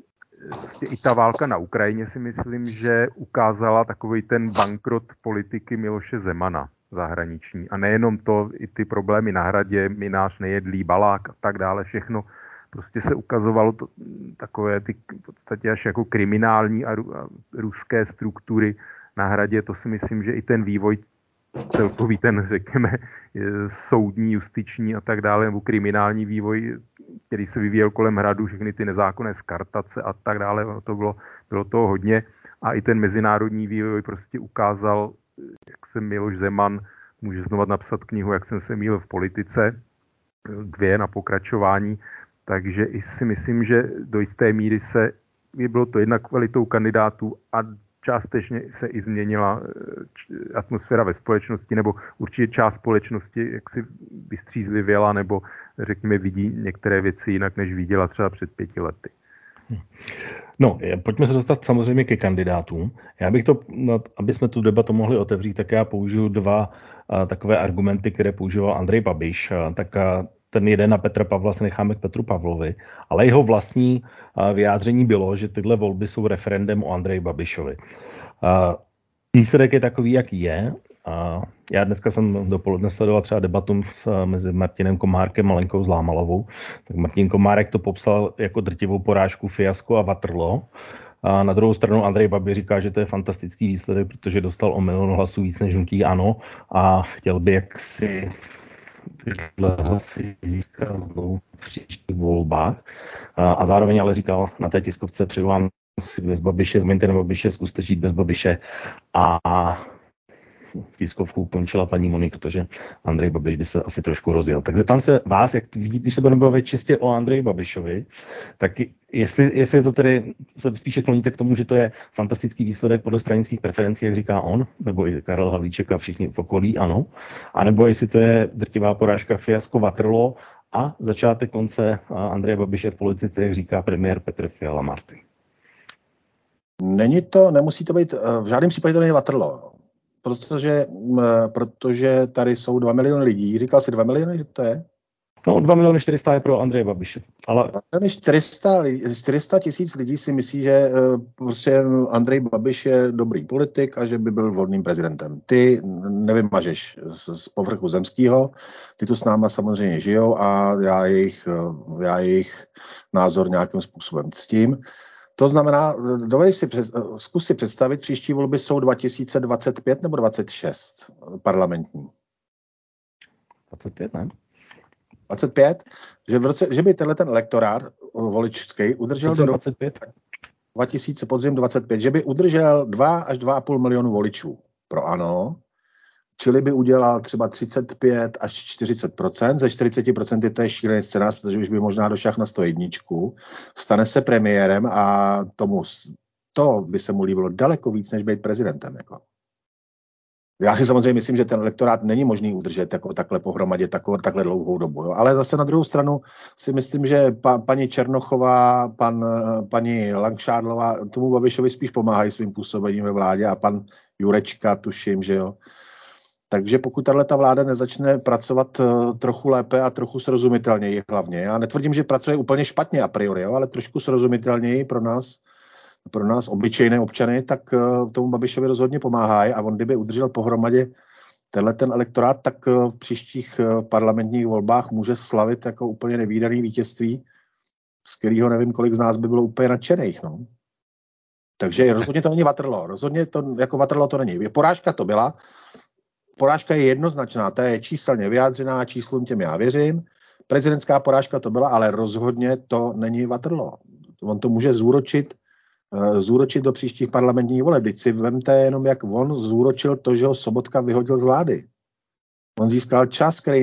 i ta válka na Ukrajině si myslím, že ukázala takový ten bankrot politiky Miloše Zemana zahraniční. A nejenom to, i ty problémy na Hradě, Minář, Nejedlý, Balák a tak dále, všechno prostě se ukazovalo takové ty v podstatě až jako kriminální a ruské struktury na Hradě. To si myslím, že i ten vývoj celkový ten, řekněme, soudní, justiční a tak dále, nebo kriminální vývoj, který se vyvíjel kolem Hradu, všechny ty nezákonné skartace a tak dále, bylo toho hodně. A i ten mezinárodní vývoj prostě ukázal, jak se Miloš Zeman může znova napsat knihu, jak jsem se mýlil v politice, 2 na pokračování. Takže i si myslím, že do jisté míry bylo to jednak kvalitou kandidátů a částečně se i změnila atmosféra ve společnosti, nebo určitě část společnosti jak si vystřízlivěla, nebo řekněme vidí některé věci jinak, než viděla třeba před 5 lety. No, pojďme se dostat samozřejmě ke kandidátům. Já bych to, aby jsme tu debatu mohli otevřít, tak já použiju 2 takové argumenty, které používal Andrej Babiš. Tak ten jeden na Petra Pavla se necháme k Petru Pavlovi, ale jeho vlastní vyjádření bylo, že tyhle volby jsou referendem o Andreji Babišovi. Výsledek je takový, jaký je. Já dneska jsem dopoledne sledoval třeba debatu mezi Martinem Komárkem a Lenkou Zlámalovou. Tak Martin Komárek to popsal jako drtivou porážku, fiasko a Waterloo. A na druhou stranu Andrej Babiš říká, že to je fantastický výsledek, protože dostal o 1 milion hlasů víc než hnutí ANO a chtěl by jaksi tyhle hlasy získat znovu v příštích volbách. A zároveň ale říkal na té tiskovce, přeju vám si bez Babiše, změňte na Babiše, zkuste žít bez Babiše. A tiskovku ukončila paní Monika, protože Andrej Babiš by se asi trošku rozjel. Tak zeptám se vás, jak vidíte, když se budeme bavit čistě o Andreji Babišovi, tak jestli to tedy se spíše kloníte k tomu, že to je fantastický výsledek podle stranických preferencí, jak říká on, nebo i Karel Havlíček a všichni v okolí, ano, anebo jestli to je drtivá porážka, fiasko, Waterloo a začátek konce Andreje Babiše v politice, jak říká premiér Petr Fiala Marty. Nemusí to být, v žádném případě to není Waterloo. protože tady jsou 2 miliony lidí. Říkal jsi 2 miliony, že to je? No, 2 miliony 400 je pro Andreje Babiše. Ale 400 tisíc lidí si myslí, že prostě Andrej Babiš je dobrý politik a že by byl vhodným prezidentem. Ty nevymažeš z povrchu zemského, ty tu s náma samozřejmě žijou a já jejich názor nějakým způsobem ctím. To znamená, zkus si představit, příští volby jsou 2025 nebo 26 parlamentní. 25, ne? 25, že by ten elektorát voličský udržel do roku 2000 podzim 25, že by udržel 2 až 2,5 milionu voličů pro ANO, čili by udělal třeba 35 až 40%, ze 40% to je šílený scénář, protože už by možná došáhl na 101, stane se premiérem a to by se mu líbilo daleko víc, než být prezidentem. Jako. Já si samozřejmě myslím, že ten elektorát není možný udržet jako takhle pohromadě takhle dlouhou dobu. Jo. Ale zase na druhou stranu si myslím, že paní Černochová, paní Langšádlová tomu Babišovi spíš pomáhají svým působením ve vládě a pan Jurečka, tuším, že jo. Takže pokud tato vláda nezačne pracovat trochu lépe a trochu srozumitelněji hlavně, já netvrdím, že pracuje úplně špatně a priori, jo, ale trošku srozumitelněji pro nás obyčejné občany, tak tomu Babišovi rozhodně pomáhají a on kdyby udržel pohromadě ten elektorát, tak v příštích parlamentních volbách může slavit jako úplně nevídaný vítězství, z kterého nevím, kolik z nás by bylo úplně nadšených. No. Takže rozhodně to není Waterloo. Rozhodně to jako Waterloo to není. Porážka to byla. Porážka je jednoznačná. Ta je číselně vyjádřená, číslům těm já věřím. Prezidentská porážka to byla, ale rozhodně to není Waterloo. On to může zúročit do příštích parlamentních voleb. Teď si vemte jenom, jak on zúročil to, že ho Sobotka vyhodil z vlády. On získal čas, který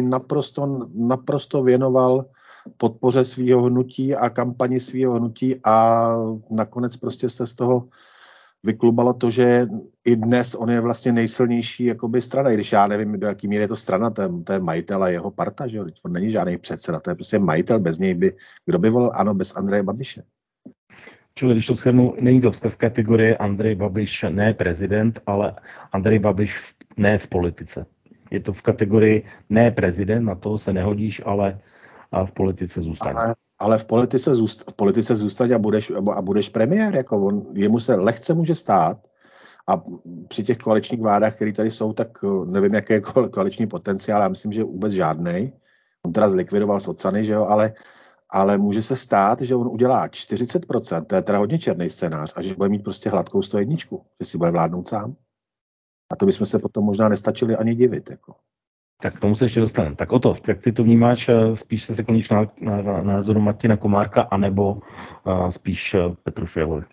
naprosto věnoval podpoře svého hnutí a kampani svého hnutí a nakonec prostě se z toho vyklubalo to, že i dnes on je vlastně nejsilnější jakoby strana, i když já nevím, do jaký míry je to strana, to je majitel a jeho parta, že on není žádný předseda, to je prostě majitel, bez něj kdo by volil ANO bez Andreje Babiše. Čili když to shrnu, není to z kategorie Andrej Babiš ne prezident, ale Andrej Babiš ne v politice. Je to v kategorii ne prezident, na toho se nehodíš, ale v politice zůstaň. Ale v politice zůstaň a budeš premiér. Jako jemu se lehce může stát a při těch koaličních vládách, které tady jsou, tak nevím, jaký je koaliční potenciál, já myslím, že vůbec žádnej. On teda zlikvidoval socany, že jo, ale může se stát, že on udělá 40%, to je teda hodně černý scénář, a že bude mít prostě hladkou 101, že si bude vládnout sám. A to bychom se potom možná nestačili ani divit. Jako. Tak k tomu se ještě dostaneme. Tak Oto, jak ty to vnímáš, spíš se kloníš na názoru Martina Komárka, anebo spíš Petru Fialovi?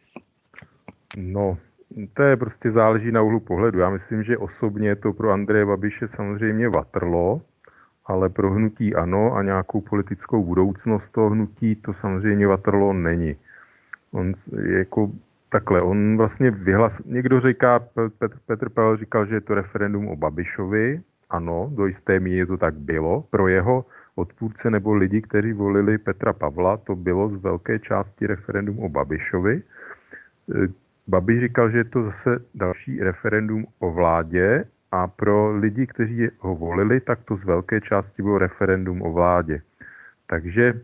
No, to je prostě záleží na úhlu pohledu. Já myslím, že osobně to pro Andreje Babiše samozřejmě Waterloo, ale pro hnutí ANO a nějakou politickou budoucnost toho hnutí to samozřejmě Waterloo není. On jako takhle, on vlastně někdo říká, Petr Pavel říkal, že je to referendum o Babišovi. Ano, do jisté míry to tak bylo. Pro jeho odpůrce nebo lidi, kteří volili Petra Pavla, to bylo z velké části referendum o Babišovi. Babiš říkal, že je to zase další referendum o vládě a pro lidi, kteří ho volili, tak to z velké části bylo referendum o vládě. Takže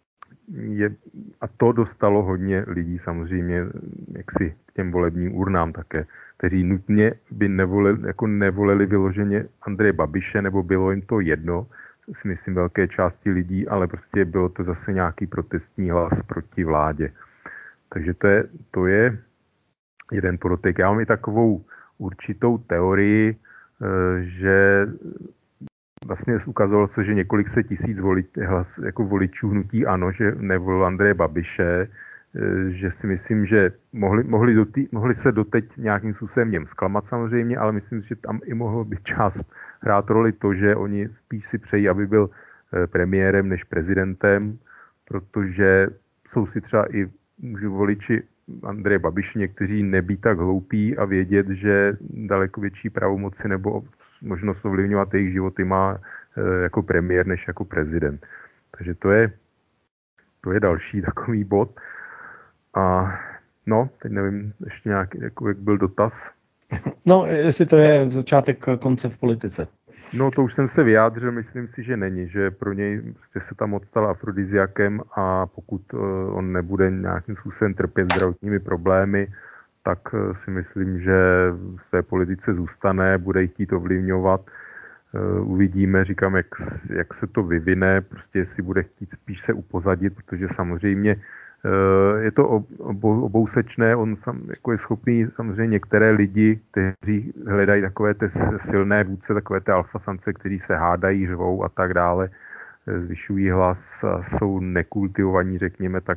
a to dostalo hodně lidí samozřejmě jaksi k těm volebním urnám také, kteří nutně by nevolili vyloženě Andreje Babiše, nebo bylo jim to jedno, si myslím velké části lidí, ale prostě bylo to zase nějaký protestní hlas proti vládě. Takže to je jeden podotek. Já mám i takovou určitou teorii, že vlastně ukázalo se, že několik set tisíc voličů hnutí ANO, že nevolil Andreje Babiše, že si myslím, že mohli se doteď nějakým způsobem něm zklamat samozřejmě, ale myslím si, že tam i mohlo být část hrát roli to, že oni spíš si přejí, aby byl premiérem než prezidentem, protože jsou si třeba i voliči Andreje Babiše někteří nebýt tak hloupí a vědět, že daleko větší pravomoci nebo možnost ovlivňovat jejich životy má jako premiér než jako prezident. Takže to je další takový bod. A no, teď nevím, ještě nějaký, jak byl dotaz. No, jestli to je začátek konce v politice. No to už jsem se vyjádřil, myslím si, že není, že pro něj prostě se tam odstal afrodiziakem a pokud on nebude nějakým způsobem trpět zdravotními problémy, tak si myslím, že v té politice zůstane, bude ji chtít ovlivňovat. Uvidíme, říkám, jak se to vyvine, prostě jestli bude chtít spíš se upozadit, protože samozřejmě je to obousečné, on jako je schopný samozřejmě některé lidi, kteří hledají takové ty silné vůdce, takové ty alfasance, kteří se hádají, řvou a tak dále, zvyšují hlas a jsou nekultivovaní, řekněme, tak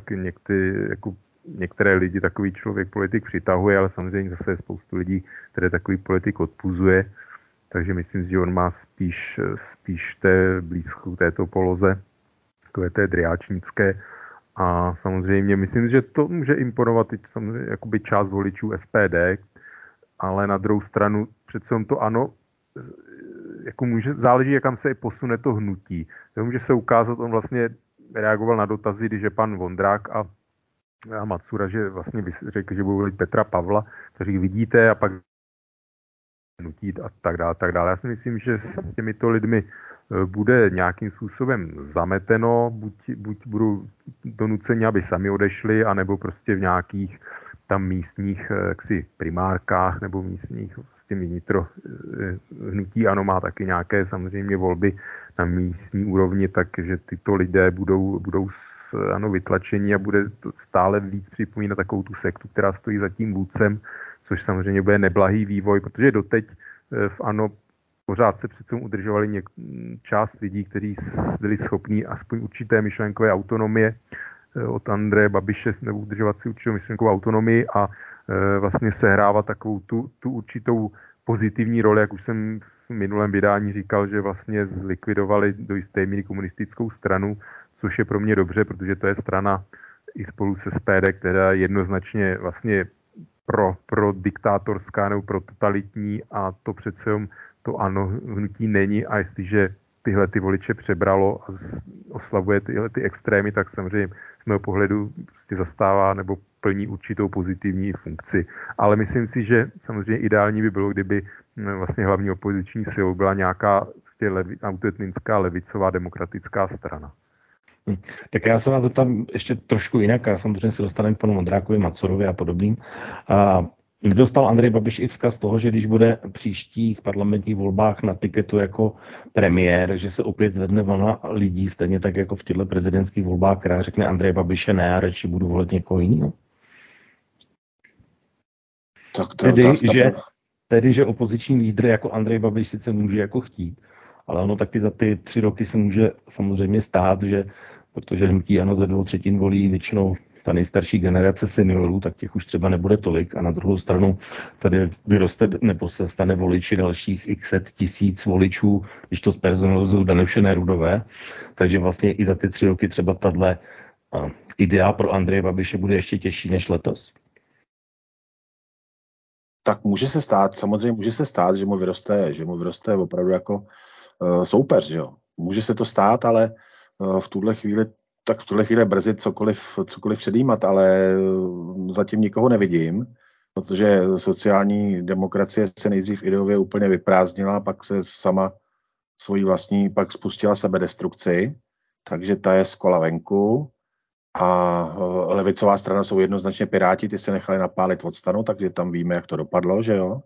některé lidi takový člověk politik přitahuje, ale samozřejmě zase je spoustu lidí, které takový politik odpuzuje, takže myslím si, že on má spíš blízko této poloze, takové té driáčnické. A samozřejmě myslím, že to může imponovat i samozřejmě jakoby část voličů SPD, ale na druhou stranu přece to ano, jako záleží, jakam se i posune to hnutí. To může se ukázat, on vlastně reagoval na dotazy, když je pan Vondrák a Macura, že vlastně řekl, že budou volit Petra Pavla, takže vidíte a pak hnutí a tak dále. Já si myslím, že s těmito lidmi bude nějakým způsobem zameteno, buď budou donuceni, aby sami odešli, anebo prostě v nějakých tam místních primárkách nebo místních vlastně vnitro hnutí ANO má taky nějaké samozřejmě volby na místní úrovni, takže tyto lidé budou vytlačeni a bude to stále víc připomínat takovou tu sektu, která stojí za tím vůdcem, což samozřejmě bude neblahý vývoj, protože doteď v ANO pořád se přece udržovali část lidí, kteří byli schopní aspoň určité myšlenkové autonomie od Andreje Babiše, nebo udržovat si určitou myšlenkovou autonomii a vlastně sehrávat takovou tu určitou pozitivní roli, jak už jsem v minulém vydání říkal, že vlastně zlikvidovali do jisté míry komunistickou stranu, což je pro mě dobře, protože to je strana i spolu se SPD, která je jednoznačně vlastně pro diktátorská nebo pro totalitní a to přece to ANO hnutí není a jestliže tyhle ty voliče přebralo a oslavuje tyhle ty extrémy, tak samozřejmě z mého pohledu prostě zastává nebo plní určitou pozitivní funkci. Ale myslím si, že samozřejmě ideální by bylo, kdyby vlastně hlavní opoziční silou byla nějaká prostě autentická levicová demokratická strana. Tak já se vás zeptám ještě trošku jinak a samozřejmě se dostaneme k panu Vondrákovi, Macurovi a podobným. Dostal Andrej Babiš i vzkaz toho, že když bude v příštích parlamentních volbách na tiketu jako premiér, že se opět zvedne vlna lidí, stejně tak jako v těchto prezidentských volbách, která řekne Andrej Babiše ne a radši budu volit někoho jiného? Tak to je tedy, že opoziční lídr jako Andrej Babiš sice může jako chtít, ale ono taky za ty 3 roky se může samozřejmě stát, že protože hnutí ANO ze 2/3 volí většinou ta nejstarší generace seniorů, tak těch už třeba nebude tolik a na druhou stranu tady vyroste nebo se stane voliči dalších x set tisíc voličů, když to zpersonalizují Danuše Nerudové, takže vlastně i za ty 3 roky třeba tahle idea pro Andreje Babiše bude ještě těžší než letos? Tak samozřejmě může se stát, že mu vyroste opravdu jako soupeř, že jo. Může se to stát, ale v tuhle chvíli je brzy cokoliv předjímat, ale zatím nikoho nevidím, protože sociální demokracie se nejdřív ideově úplně vyprázdnila, pak se sama svojí vlastní, pak spustila sebedestrukci, takže ta je z kola venku a levicová strana jsou jednoznačně Piráti, ty se nechali napálit od stanu, takže tam víme, jak to dopadlo, že jo.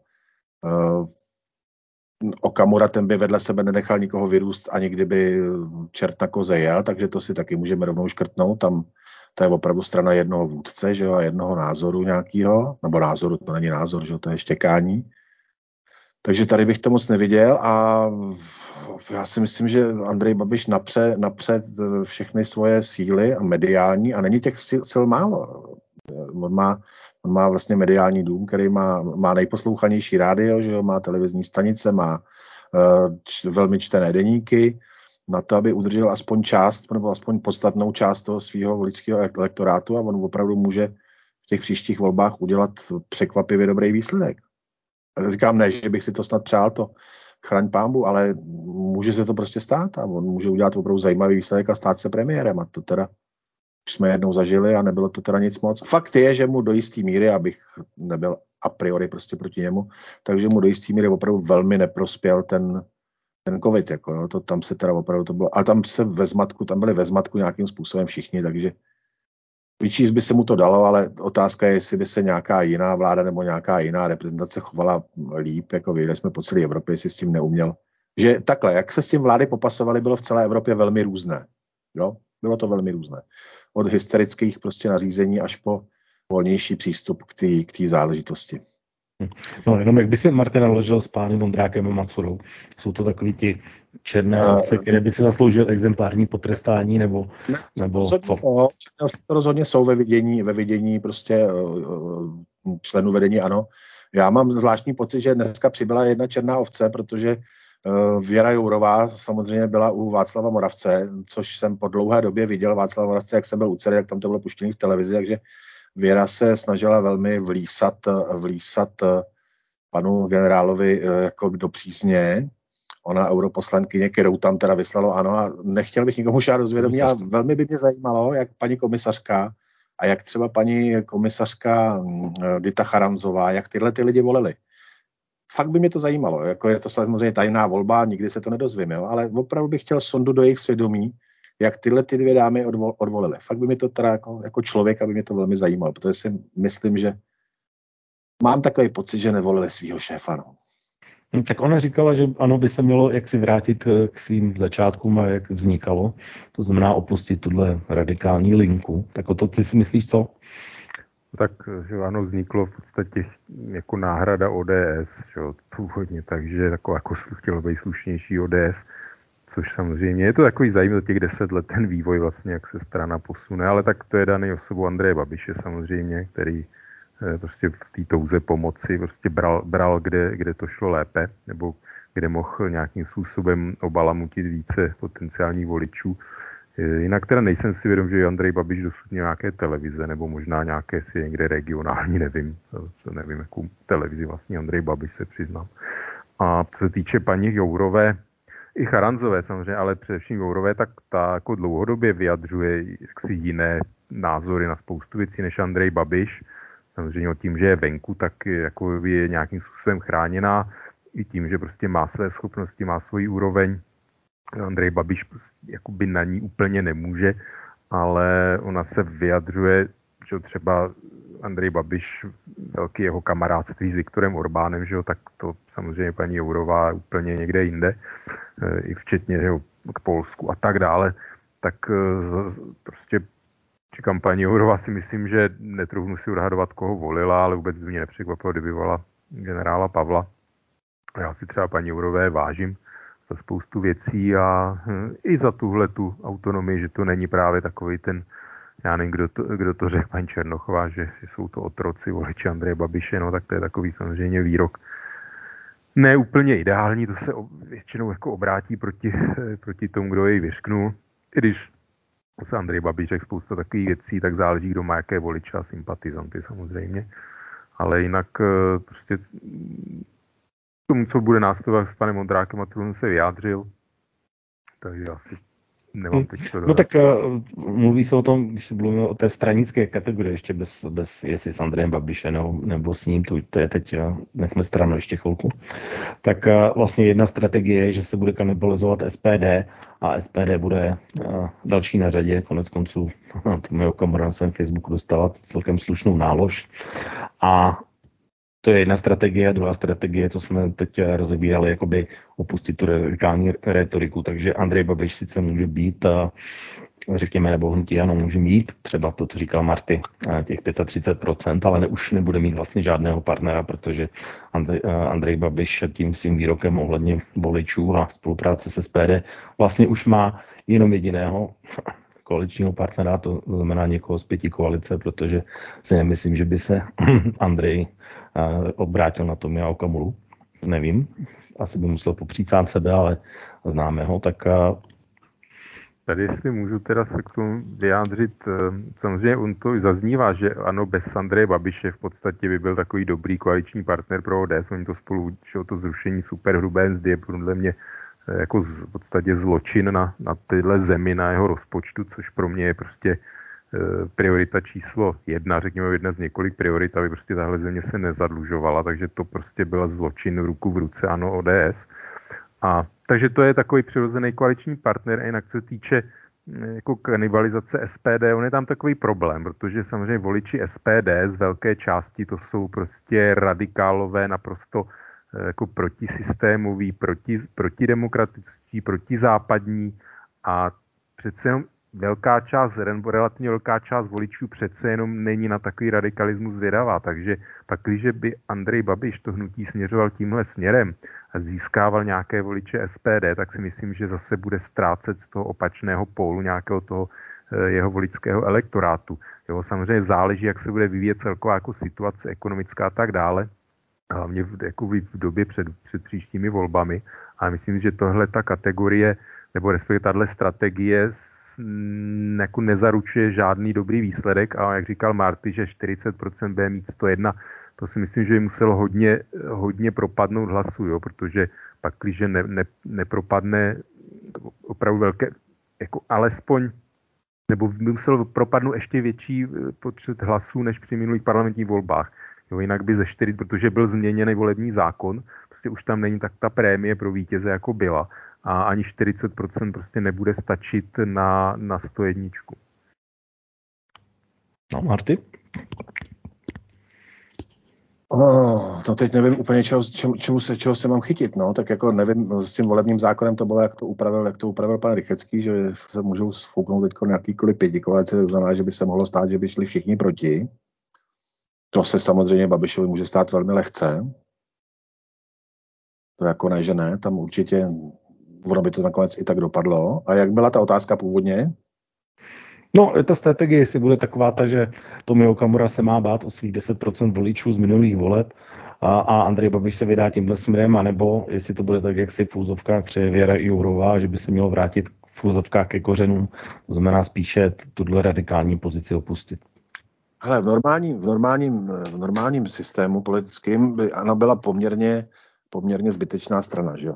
Okamura, ten by vedle sebe nenechal nikoho vyrůst, ani kdyby čert na koze jel, takže to si taky můžeme rovnou škrtnout. Tam to je opravdu strana jednoho vůdce, že jo, a jednoho názoru nějakého, nebo názoru, to není názor, že jo, to je štěkání. Takže tady bych to moc neviděl a já si myslím, že Andrej Babiš napřed všechny svoje síly a mediální, a není těch sil málo. On má vlastně mediální dům, který má nejposlouchanější rádio, že jo, má televizní stanice, má velmi čtené deníky, na to, aby udržel aspoň část, nebo aspoň podstatnou část toho svého voličského elektorátu a on opravdu může v těch příštích volbách udělat překvapivě dobrý výsledek. Říkám ne, že bych si to snad přál, to chraň pánbu, ale může se to prostě stát a on může udělat opravdu zajímavý výsledek a stát se premiérem a to teda už jsme jednou zažili a nebylo to teda nic moc. Fakt je, že mu do jistý míry, abych nebyl a priori prostě proti němu, takže mu do jistý míry opravdu velmi neprospěl ten covid, jako jo, to tam se teda opravdu to bylo, a tam byli ve zmatku nějakým způsobem všichni, takže vyčíst by se mu to dalo, ale otázka je, jestli by se nějaká jiná vláda nebo nějaká jiná reprezentace chovala líp, jako viděli jsme po celé Evropě, jestli s tím neuměl. Že takhle, jak se s tím vlády popasovaly, bylo v celé Evropě velmi různé. Jo? Bylo to velmi různé. Od hysterických prostě nařízení až po volnější přístup k té záležitosti. No jenom jak by si Martin naložil s pány Vondrákem a Macurou? Jsou to takový ti černé ovce, které by si zasloužil exemplární potrestání nebo co? To rozhodně jsou ve vidění prostě členů vedení ANO. Já mám zvláštní pocit, že dneska přibyla jedna černá ovce, protože Věra Jourová samozřejmě byla u Václava Moravce, což jsem po dlouhé době viděl Václava Moravce, jak jsem byl u dcery, jak tam to bylo puštěné v televizi, takže Věra se snažila velmi vlísat panu generálovi jako do přízně. Ona europoslankyně, kterou tam teda vyslalo ANO, a nechtěl bych nikomu šát do zvědomí, a velmi by mě zajímalo, jak paní komisařka a jak třeba paní komisařka Dita Charanzová, jak tyhle ty lidi volili. Fakt by mě to zajímalo, jako je to samozřejmě tajná volba, nikdy se to nedozvím, jo? Ale opravdu bych chtěl sondu do jejich svědomí, jak tyhle ty dvě dámy odvolily. Fakt by mě to teda jako člověk, aby mě to velmi zajímalo, protože si myslím, že mám takový pocit, že nevolili svýho šéfa. No. Tak ona říkala, že ano, by se mělo jaksi vrátit k svým začátkům a jak vznikalo. To znamená opustit tuhle radikální linku. Tak o to si myslíš co? Tak, že ano, vzniklo v podstatě jako náhrada ODS, že původně, takže jako chtělo být slušnější ODS, což samozřejmě je to takový zajímavý těch 10 let ten vývoj vlastně, jak se strana posune, ale tak to je daný osobou Andreje Babiše samozřejmě, který prostě v té touze pomoci prostě bral kde to šlo lépe, nebo kde mohl nějakým způsobem obalamutit více potenciálních voličů. Jinak teda nejsem si vědom, že Andrej Babiš dosud nějaké televize, nebo možná nějaké si někde regionální, nevím jakou televizi vlastně Andrej Babiš, se přiznám. A co se týče paní Jourové, i Charanzové samozřejmě, ale především Jourové, tak ta jako dlouhodobě vyjadřuje jaksi jiné názory na spoustu věcí než Andrej Babiš. Samozřejmě tím, že je venku, tak jako je nějakým způsobem chráněná, i tím, že prostě má své schopnosti, má svoji úroveň. Andrej Babiš jakoby na ní úplně nemůže, ale ona se vyjadřuje, že třeba Andrej Babiš, velký jeho kamarádství s Viktorem Orbánem, že jo, tak to samozřejmě paní Jourová úplně někde jinde, i včetně že jo, k Polsku a tak dále, tak prostě čekám paní Jourová, si myslím, že netroufnu si odhadovat, koho volila, ale vůbec by mě nepřekvapilo, kdyby volila generála Pavla. Já si třeba paní Jourové vážím za spoustu věcí a i za tuhle tu autonomii, že to není právě takový ten, já nevím, kdo to řekl, paní Černochová, že jsou to otroci voliči Andreje Babiše, no tak to je takový samozřejmě výrok ne úplně ideální, to se většinou jako obrátí proti tomu, kdo jej vyřknul. I když se Andrej Babiš řekl spousta takových věcí, tak záleží, kdo má jaké voliče a sympatizanty samozřejmě. Ale jinak prostě tomu, co bude následovat s panem Vondrákem, a tomu se vyjádřil. Takže asi nemám teď to dodat. No tak mluví se o tom, když se mluví o té stranické kategorii, ještě bez jestli s Andrejem Babišem nebo s ním, to je teď, nechme stranu ještě chvilku. Tak vlastně jedna strategie je, že se bude kanibalizovat SPD a SPD bude další na řadě. Konec konců Tomio Okamura na svém Facebooku dostala celkem slušnou nálož. A to je jedna strategie, a druhá strategie, co jsme teď rozebírali, jakoby opustit tu radikální retoriku. Takže Andrej Babiš sice může být, řekněme, nebo hnutí ANO může mít, třeba to, co říkal Marty, těch 35%, ale už nebude mít vlastně žádného partnera, protože Andrej Babiš tím svým výrokem ohledně voličů a spolupráce se SPD vlastně už má jenom jediného koaličního partnera, to znamená někoho z 5 koalice, protože si nemyslím, že by se Andrej obrátil na Tomia Okamuru. Nevím, asi by musel popřít sám sebe, ale známe ho, tak... Tady, jestli můžu teda se k tomu vyjádřit, samozřejmě on to zaznívá, že ano, bez Andreje Babiše v podstatě by byl takový dobrý koaliční partner pro ODS, oni to spolu, že to zrušení superhrubé mzdy je podle mě jako v podstatě zločin na tyhle zemi, na jeho rozpočtu, což pro mě je prostě priorita číslo 1, řekněme jedna z několik priorit, aby prostě tahle země se nezadlužovala, takže to prostě byla zločin ruku v ruce, ano, ODS. A takže to je takový přirozený koaliční partner, a jinak co se týče jako kanibalizace SPD, on je tam takový problém, protože samozřejmě voliči SPD z velké části to jsou prostě radikálové, naprosto jako protisystémoví, protidemokratičtí, protizápadní a přece jenom relativně velká část voličů přece jenom není na takový radikalismus zvědavá, takže pak, když by Andrej Babiš to hnutí směřoval tímhle směrem a získával nějaké voliče SPD, tak si myslím, že zase bude ztrácet z toho opačného pólu nějakého toho jeho voličského elektorátu. Jo, samozřejmě záleží, jak se bude vyvíjet celková jako situace ekonomická a tak dále, hlavně v době před příštími volbami. A myslím, že tohle ta kategorie, nebo respektive tahle strategie jako nezaručuje žádný dobrý výsledek a jak říkal Marty, že 40% bude mít 101, to si myslím, že by muselo hodně propadnout hlasu, jo, protože pak, když nepropadne opravdu velké, jako alespoň, nebo by muselo propadnout ještě větší počet hlasů než při minulých parlamentních volbách. Jo, jinak by protože byl změněný volební zákon, prostě už tam není tak ta prémie pro vítěze, jako byla. A ani 40% prostě nebude stačit na 101. No, Marty? To teď nevím úplně, čeho se mám chytit, no, tak jako nevím, s tím volebním zákonem to bylo, jak to upravil pan Rychecký, že se můžou sfouknout teď nějakýkoliv pětikoalice, to znamená, že by se mohlo stát, že by šli všichni proti. To se samozřejmě Babišovi může stát velmi lehce. To jako ne, že ne, tam určitě ono by to nakonec i tak dopadlo. A jak byla ta otázka původně? No, ta strategie, jestli bude taková ta, že Tomio Okamura se má bát o svých 10% voličů z minulých voleb a Andrej Babiš se vydá tímhle směrem, anebo jestli to bude tak, jak si v úzovkách přeje Věra Jourová, že by se mělo vrátit v úzovkách ke kořenům, to znamená spíše tuhle radikální pozici opustit. Hele, v normálním systému politickým by Ana byla poměrně zbytečná strana, že jo?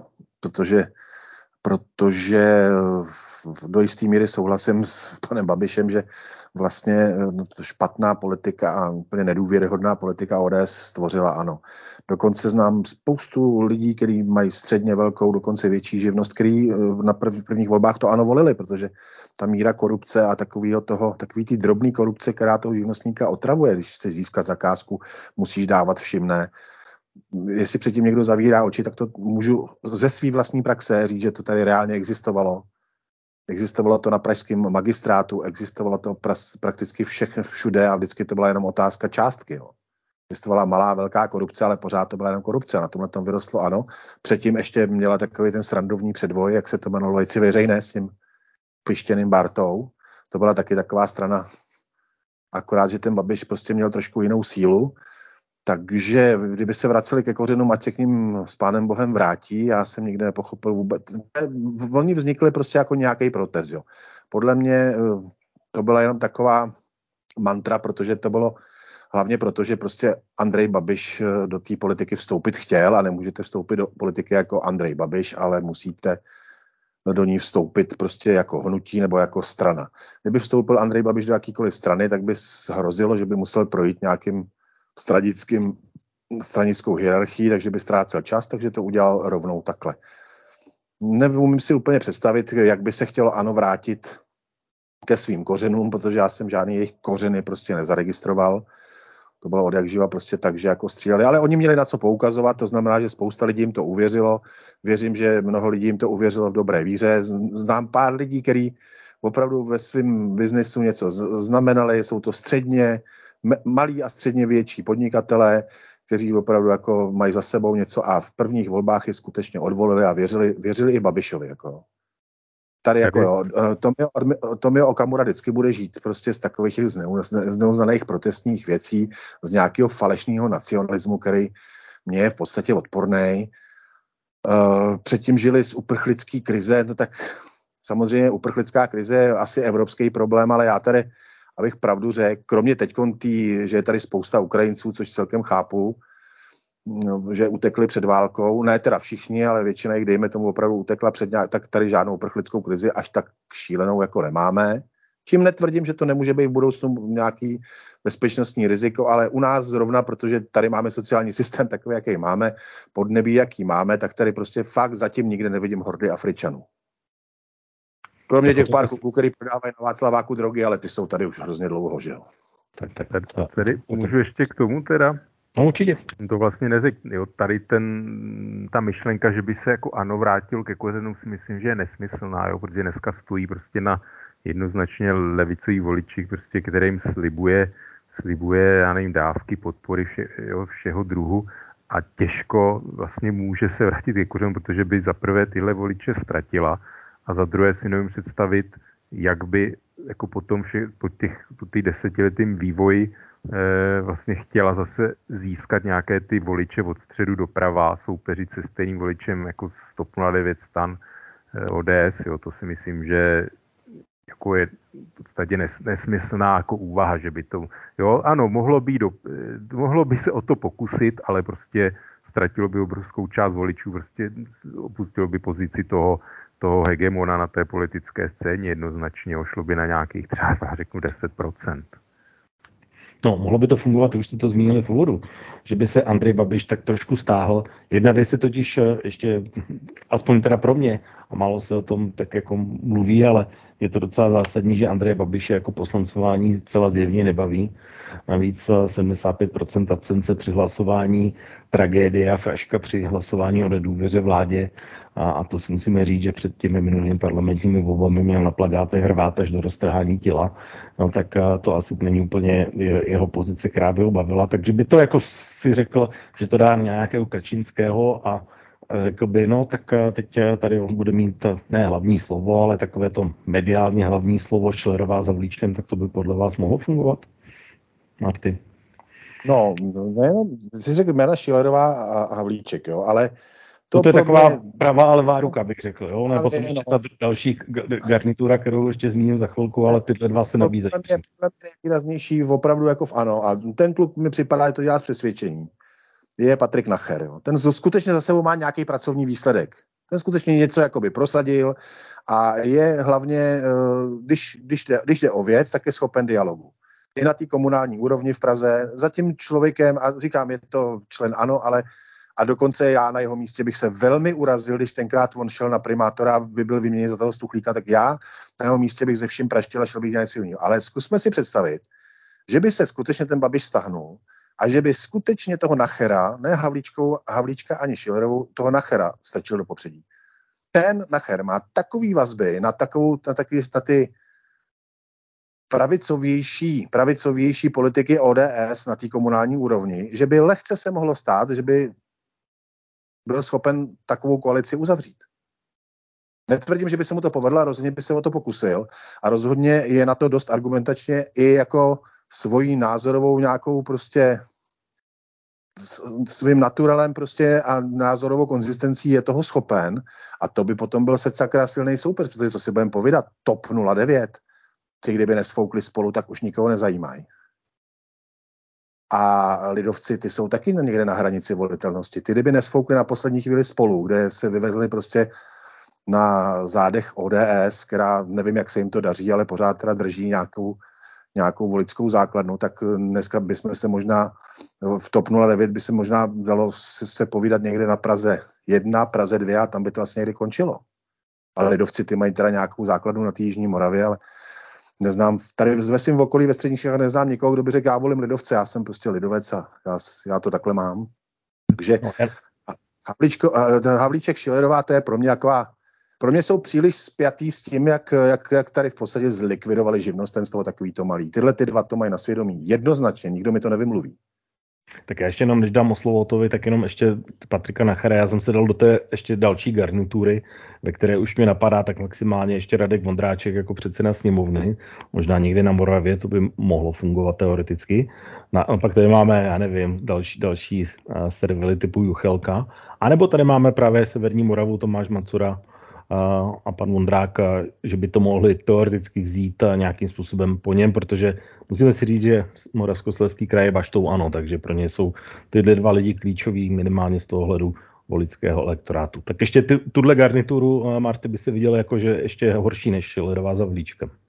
Protože do jisté míry souhlasím s panem Babišem, že vlastně špatná politika a úplně nedůvěryhodná politika ODS stvořila ANO. Dokonce znám spoustu lidí, kteří mají středně velkou, dokonce větší živnost, který na prvních volbách to ANO volili, protože ta míra korupce a takový ty drobný korupce, která toho živnostníka otravuje, když chceš získat zakázku, musíš dávat všimné. Jestli předtím někdo zavírá oči, tak to můžu ze své vlastní praxe říct, že to tady reálně existovalo. Existovalo to na pražském magistrátu, existovalo to prakticky všude a vždycky to byla jenom otázka částky. Jo. Existovala malá, velká korupce, ale pořád to byla jenom korupce. Na tomhle tom vyrostlo ANO. Předtím ještě měla takový ten srandovní předvoj, jak se to jmenovalo, Věci veřejné s tím Pištěným Bartou. To byla taky taková strana. Akorát, že ten Babiš prostě měl trošku jinou sílu. Takže kdyby se vraceli ke kořenům, ať se k ním s pánem Bohem vrátí, já jsem nikdy nepochopil vůbec. Oni vznikly prostě jako nějaký protest. Jo. Podle mě to byla jenom taková mantra, protože to bylo hlavně proto, že prostě Andrej Babiš do té politiky vstoupit chtěl a nemůžete vstoupit do politiky jako Andrej Babiš, ale musíte do ní vstoupit prostě jako hnutí nebo jako strana. Kdyby vstoupil Andrej Babiš do jakýkoliv strany, tak by hrozilo, že by musel projít nějakým stranickou hierarchii, takže by ztrácel čas, takže to udělal rovnou takhle. Neumím si úplně představit, jak by se chtělo ANO vrátit ke svým kořenům, protože já jsem žádný jejich kořeny prostě nezaregistroval. To bylo odjakživa prostě tak, že jako stříleli. Ale oni měli na co poukazovat, to znamená, že spousta lidí jim to uvěřilo. Věřím, že mnoho lidí jim to uvěřilo v dobré víře. Znám pár lidí, kteří opravdu ve svém biznesu něco znamenali, jsou to malí a středně větší podnikatelé, kteří opravdu jako mají za sebou něco a v prvních volbách je skutečně odvolili a věřili i Babišovi. Jako. Tady jako jo, Tomio Okamura vždycky bude žít prostě z takových zneuznaných protestních věcí, z nějakého falešného nacionalismu, který mě je v podstatě odporný. Předtím žili z uprchlické krize, no tak samozřejmě uprchlická krize je asi evropský problém, ale já tady, abych pravdu řekl, kromě teďkon že je tady spousta Ukrajinců, což celkem chápu, že utekli před válkou, ne teda všichni, ale většina jich, dejme tomu, opravdu utekla tak tady žádnou uprchlickou krizi až tak šílenou jako nemáme, Čím netvrdím, že to nemůže být v budoucnu nějaký bezpečnostní riziko, ale u nás zrovna, protože tady máme sociální systém takový, jaký máme, podnebí, jaký máme, tak tady prostě fakt zatím nikde nevidím hordy Afričanů. Kromě těch pár kluků, který prodávají na Václaváku drogy, ale ty jsou tady už hrozně dlouho, že jo. Tady můžu ještě k tomu teda? No určitě. To vlastně neřekl. Jo, tady ta myšlenka, že by se jako ANO vrátil ke kořenům, si myslím, že je nesmyslná, jo, protože dneska stojí prostě na jednoznačně levicový voličích, prostě, kterým slibuje, já nevím, dávky, podpory všeho druhu a těžko vlastně může se vrátit ke kořenům, protože by za prvé tyhle voliče ztratila a za druhé si nevím představit, jak by jako po těch 10letým vývoji vlastně chtěla zase získat nějaké ty voliče od středu doprava, soupeřit se stejným voličem jako TOP 09 STAN, ODS, jo, to si myslím, že jako je v podstatě nesmyslná jako úvaha, že by to, jo, ano, mohlo by se o to pokusit, ale prostě ztratilo by obrovskou část voličů, prostě opustilo by pozici toho hegemona na té politické scéně jednoznačně, šlo by na nějakých třeba, řeknu, 10%. No, mohlo by to fungovat, už jste to zmínili v úvodu, že by se Andrej Babiš tak trošku stáhl. Jedna věc je totiž ještě, aspoň teda pro mě, a málo se o tom tak jako mluví, ale je to docela zásadní, že Andrej Babiš jako poslancování celá zjevně nebaví. Navíc 75% absence při hlasování, tragédie a fraška při hlasování o nedůvěře vládě. A to si musíme říct, že před těmi minulými parlamentními volbami měl na plakátech rvát až do roztrhání těla. No tak to asi není úplně jeho pozice, která by ho bavila. Takže by to jako si řekl, že to dá nějakého Kačínského a řekl by, no tak teď tady on bude mít ne hlavní slovo, ale takové to mediálně hlavní slovo Schillerová za Havlíčkem, tak to by podle vás mohlo fungovat? Marty? No, nejenom, jsi řekl jména Schillerová a Havlíček, jo, ale to je taková pravá a levá ruka, bych řekl, jo, nebo potom ještě ta další garnitura, kterou ještě zmíním za chvilku, ale tyhle dva se nabízejí. To je výraznější opravdu jako v ANO a ten kluk mi připadá, že to dělá z přesvědčení. Je Patrik Nacher, jo. Ten skutečně za sebou má nějaký pracovní výsledek. Ten skutečně něco jakoby prosadil a je hlavně, když jde o věc, tak je schopen dialogu. Je na té komunální úrovni v Praze za tím člověkem, a říkám, je to člen ANO, ale a dokonce já na jeho místě bych se velmi urazil, když tenkrát on šel na primátora, by byl vyměněn za toho Stuchlíka, tak já na jeho místě bych ze vším praštil a šel bych dělat něco jiného. Ale zkusme si představit, že by se skutečně ten Babiš stáhnul a že by skutečně toho Nachera, ne Havlíčka ani Schillerovou, toho Nachera strčil do popředí. Ten Nacher má takový vazby na ty pravicovější politiky ODS na té komunální úrovni, že by lehce se mohlo stát, že by byl schopen takovou koalici uzavřít. Netvrdím, že by se mu to povedlo, rozhodně by se o to pokusil a rozhodně je na to dost argumentačně i jako svojí názorovou nějakou prostě svým naturalem prostě a názorovou konzistencí je toho schopen a to by potom byl sakra silný soupeř, protože co si budeme povídat, TOP 09, ty kdyby nesfoukli spolu, tak už nikoho nezajímají. A lidovci, ty jsou taky někde na hranici volitelnosti. Ty kdyby nesfoukli na poslední chvíli spolu, kde se vyvezli prostě na zádech ODS, která nevím, jak se jim to daří, ale pořád teda drží nějakou voličskou základnu, tak dneska bychom se možná v TOP 09 by se možná dalo se povídat někde na Praze 1, Praze 2 a tam by to vlastně někdy končilo. Ale lidovci ty mají teda nějakou základnu na té Jižní Moravě, ale neznám, tady ve svým okolí ve středních Čechách neznám nikoho, kdo by řekl, já volím lidovce, já jsem prostě lidovec a já to takhle mám. Takže Havlíček Schillerová, to je pro mě pro mě jsou příliš spjatý s tím, jak tady v podstatě zlikvidovali živnostenstvo takový to malý. Tyhle ty dva to mají na svědomí. Jednoznačně, nikdo mi to nevymluví. Tak já ještě jenom, než dám slovo Otovi, tak jenom ještě Patrika Nachera. Já jsem se dal do té ještě další garnitury, ve které už mě napadá tak maximálně ještě Radek Vondráček jako předseda sněmovny. Možná někde na Moravě, to by mohlo fungovat teoreticky. A pak tady máme, já nevím, další servily typu Juchelka. A nebo tady máme právě Severní Moravu, Tomáš Macura a pan Vondrák, že by to mohli teoreticky vzít nějakým způsobem po něm, protože musíme si říct, že Moravskoslezský kraj je baštou ANO, takže pro ně jsou tyhle dva lidi klíčoví minimálně z toho hledu voličského elektorátu. Tak ještě tuhle garnituru, Marty, by se viděl jako, že ještě horší než Schillerová za Havlíčkem.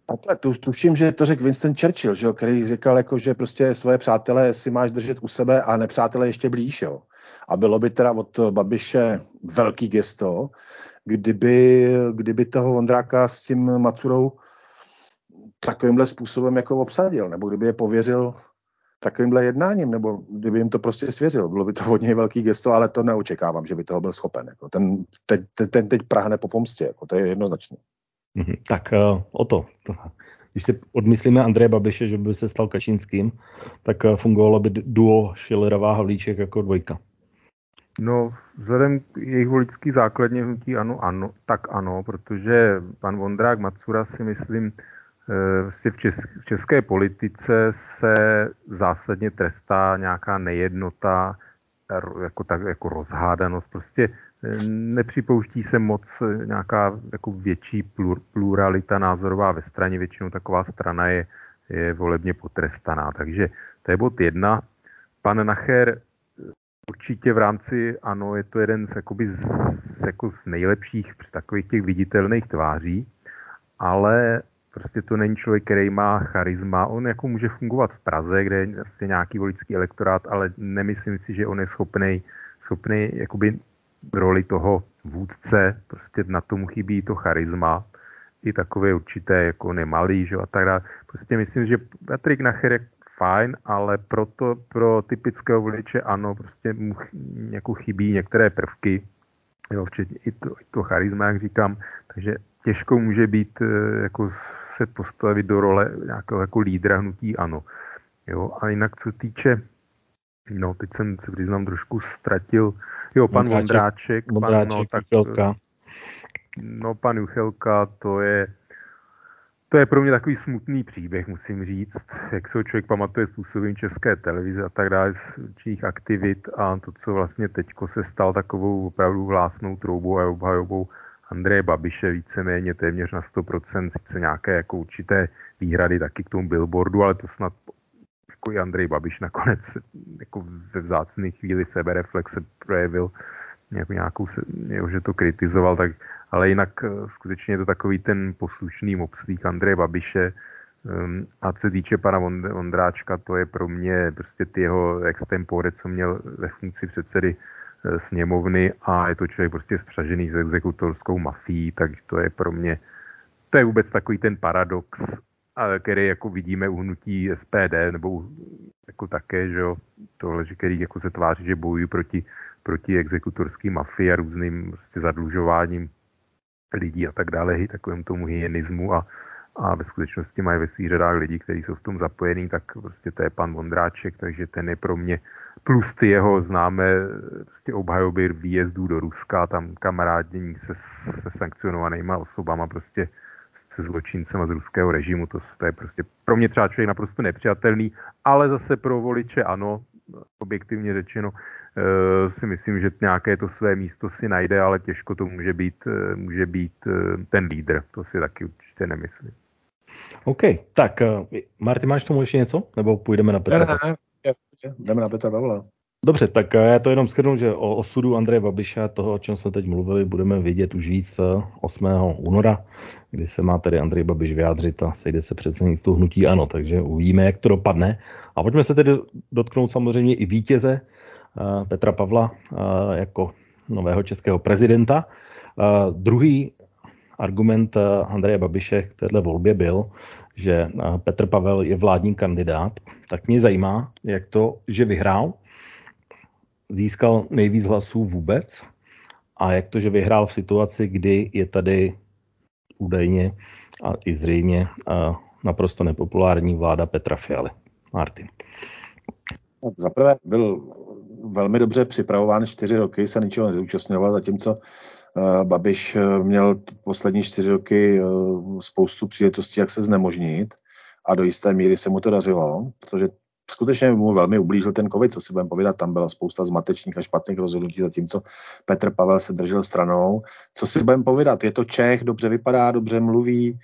Takhle, tuším, že to řekl Winston Churchill, že jo, který říkal, jako, že prostě svoje přátele si máš držet u sebe a nepřátele ještě blíž. Jo. A bylo by teda od Babiše velký gesto, kdyby toho Vondráka s tím Macurou takovýmhle způsobem jako obsadil, nebo kdyby je pověřil takovýmhle jednáním, nebo kdyby jim to prostě svěřil. Bylo by to hodně velký gesto, ale to neočekávám, že by toho byl schopen. Jako. Ten teď prahne po pomstě, jako. To je jednoznačné. Tak o to. Když si odmyslíme Andreje Babiše, že by se stal Kačínským, tak fungovalo by duo Schillerová Havlíček jako dvojka. No, vzhledem k jejich voličský základně hnutí ano, tak ano, protože pan Vondrák Macura si myslím, v české politice se zásadně trestá nějaká nejednota, jako rozhádanost. Prostě nepřipouští se moc nějaká jako větší pluralita názorová ve straně. Většinou taková strana je volebně potrestaná. Takže to je bod 1. Pan Nacher určitě v rámci, ano, je to jeden z nejlepších takových těch viditelných tváří, ale prostě to není člověk, který má charisma. On jako může fungovat v Praze, kde je vlastně nějaký voličský elektorát, ale nemyslím si, že on je schopný jakoby roli toho vůdce, prostě na tomu chybí to charisma, i takové určité jako nemalý, že a tak dále. Prostě myslím, že Patrik Nacher je fajn, ale pro typického voliče ano, prostě mu jako chybí některé prvky, jo, včetně i to charisma, jak říkám, takže těžko může být jako se postavit do role nějakého jako lídra hnutí ano. Jo, a jinak co týče, no teď jsem se přiznám trošku ztratil, jo, pan Vondráček, pan Juchelka, to je pro mě takový smutný příběh, musím říct, jak se člověk pamatuje způsobem české televize a tak dále, z určitých aktivit a to, co vlastně teďko se stal takovou opravdu hlásnou troubou a obhajobou Andreje Babiše, víceméně téměř na 100%, sice nějaké jako určité výhrady taky k tomu billboardu, ale to snad jako i Andrej Babiš nakonec jako ve vzácné chvíli sebereflexe projevil, že to kritizoval, tak, ale jinak skutečně je to takový ten poslušný mopslík Andreje Babiše. A co se týče pana Vondráčka, to je pro mě prostě ty jeho extempore, co měl ve funkci předsedy sněmovny a je to člověk prostě spřažený s exekutorskou mafií, tak to je pro mě, to je vůbec takový ten paradox, který jako vidíme u hnutí SPD, nebo jako také, že jo, tohle, že který jako se tváří, že bojují proti exekutorský mafii a různým prostě zadlužováním lidí a tak dále, takovým tomu hyenismu a ve skutečnosti mají ve svých řadách lidí, kteří jsou v tom zapojení, tak prostě to je pan Vondráček, takže ten je pro mě plus ty jeho známé prostě obhajoby výjezdů do Ruska, tam kamarádění se sankcionovanýma osobama, prostě se zločincema z ruského režimu, to je prostě pro mě třeba člověk naprosto nepřijatelný, ale zase pro voliče ano, objektivně řečeno, si myslím, že nějaké to své místo si najde, ale těžko to může být ten lídr, to si taky určitě nemyslím. OK, tak Martin, máš tomu ještě něco? Nebo půjdeme na Petra? Ne, jdeme na Petra Pavla. Dobře, tak já to jenom shrnu, že o osudu Andreje Babiše, toho, o čem jsme teď mluvili, budeme vědět už víc 8. února, kdy se má tedy Andrej Babiš vyjádřit a sejde se předsednictvo hnutí ANO, takže uvidíme, jak to dopadne. A pojďme se tedy dotknout samozřejmě i vítěze Petra Pavla jako nového českého prezidenta. Druhý argument Andreje Babiše k této volbě byl, že Petr Pavel je vládní kandidát, tak mě zajímá, jak to, že vyhrál, získal nejvíc hlasů vůbec a jak to, že vyhrál v situaci, kdy je tady údajně a i zřejmě naprosto nepopulární vláda Petra Fialy. Martin. Zaprvé byl velmi dobře připravován, 4 roky se ničeho nezúčastňoval, zatímco Babiš měl poslední 4 roky spoustu příležitostí, jak se znemožnit a do jisté míry se mu to dařilo, protože skutečně mu velmi ublížil ten covid, co si budeme povídat, tam byla spousta zmatečných a špatných rozhodnutí, zatímco Petr Pavel se držel stranou. Co si budeme povídat, je to Čech, dobře vypadá, dobře mluví,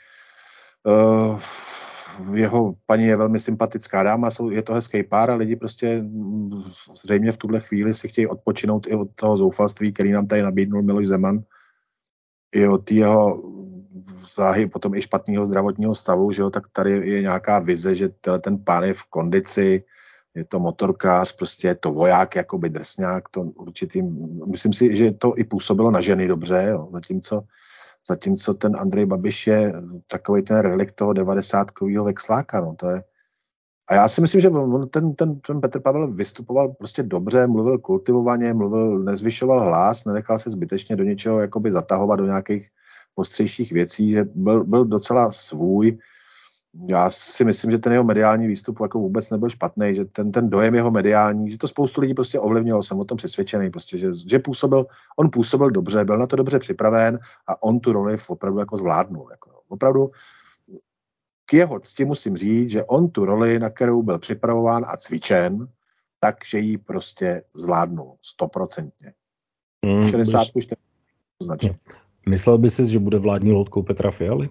jeho paní je velmi sympatická dáma, je to hezký pár a lidi prostě zřejmě v tuhle chvíli si chtějí odpočinout i od toho zoufalství, který nám tady nabídnul Miloš Zeman, i od jeho záhy potom i špatného zdravotního stavu, že jo, tak tady je nějaká vize, že ten pán je v kondici, je to motorkář, prostě je to voják, jakoby drsňák, to určitým, myslím si, že to i působilo na ženy dobře, jo, zatímco ten Andrej Babiš je takovej ten relikt toho 90kového vexláka, no, to je. A já si myslím, že ten Petr Pavel vystupoval prostě dobře, mluvil kultivovaně, nezvyšoval hlas, nenechal se zbytečně do něčeho jakoby zatahovat do nějakých ostřejších věcí, že byl docela svůj. Já si myslím, že ten jeho mediální výstup jako vůbec nebyl špatný, že ten dojem jeho mediální, že to spoustu lidí prostě ovlivnilo, jsem o tom přesvědčený, prostě, že on působil dobře, byl na to dobře připraven a on tu roli opravdu jako zvládnul. Jako, opravdu k jeho cti musím říct, že on tu roli, na kterou byl připravován a cvičen, takže ji prostě zvládnul 100%. 60-40 značně. Myslel by si, že bude vládní loutkou Petra Fialy?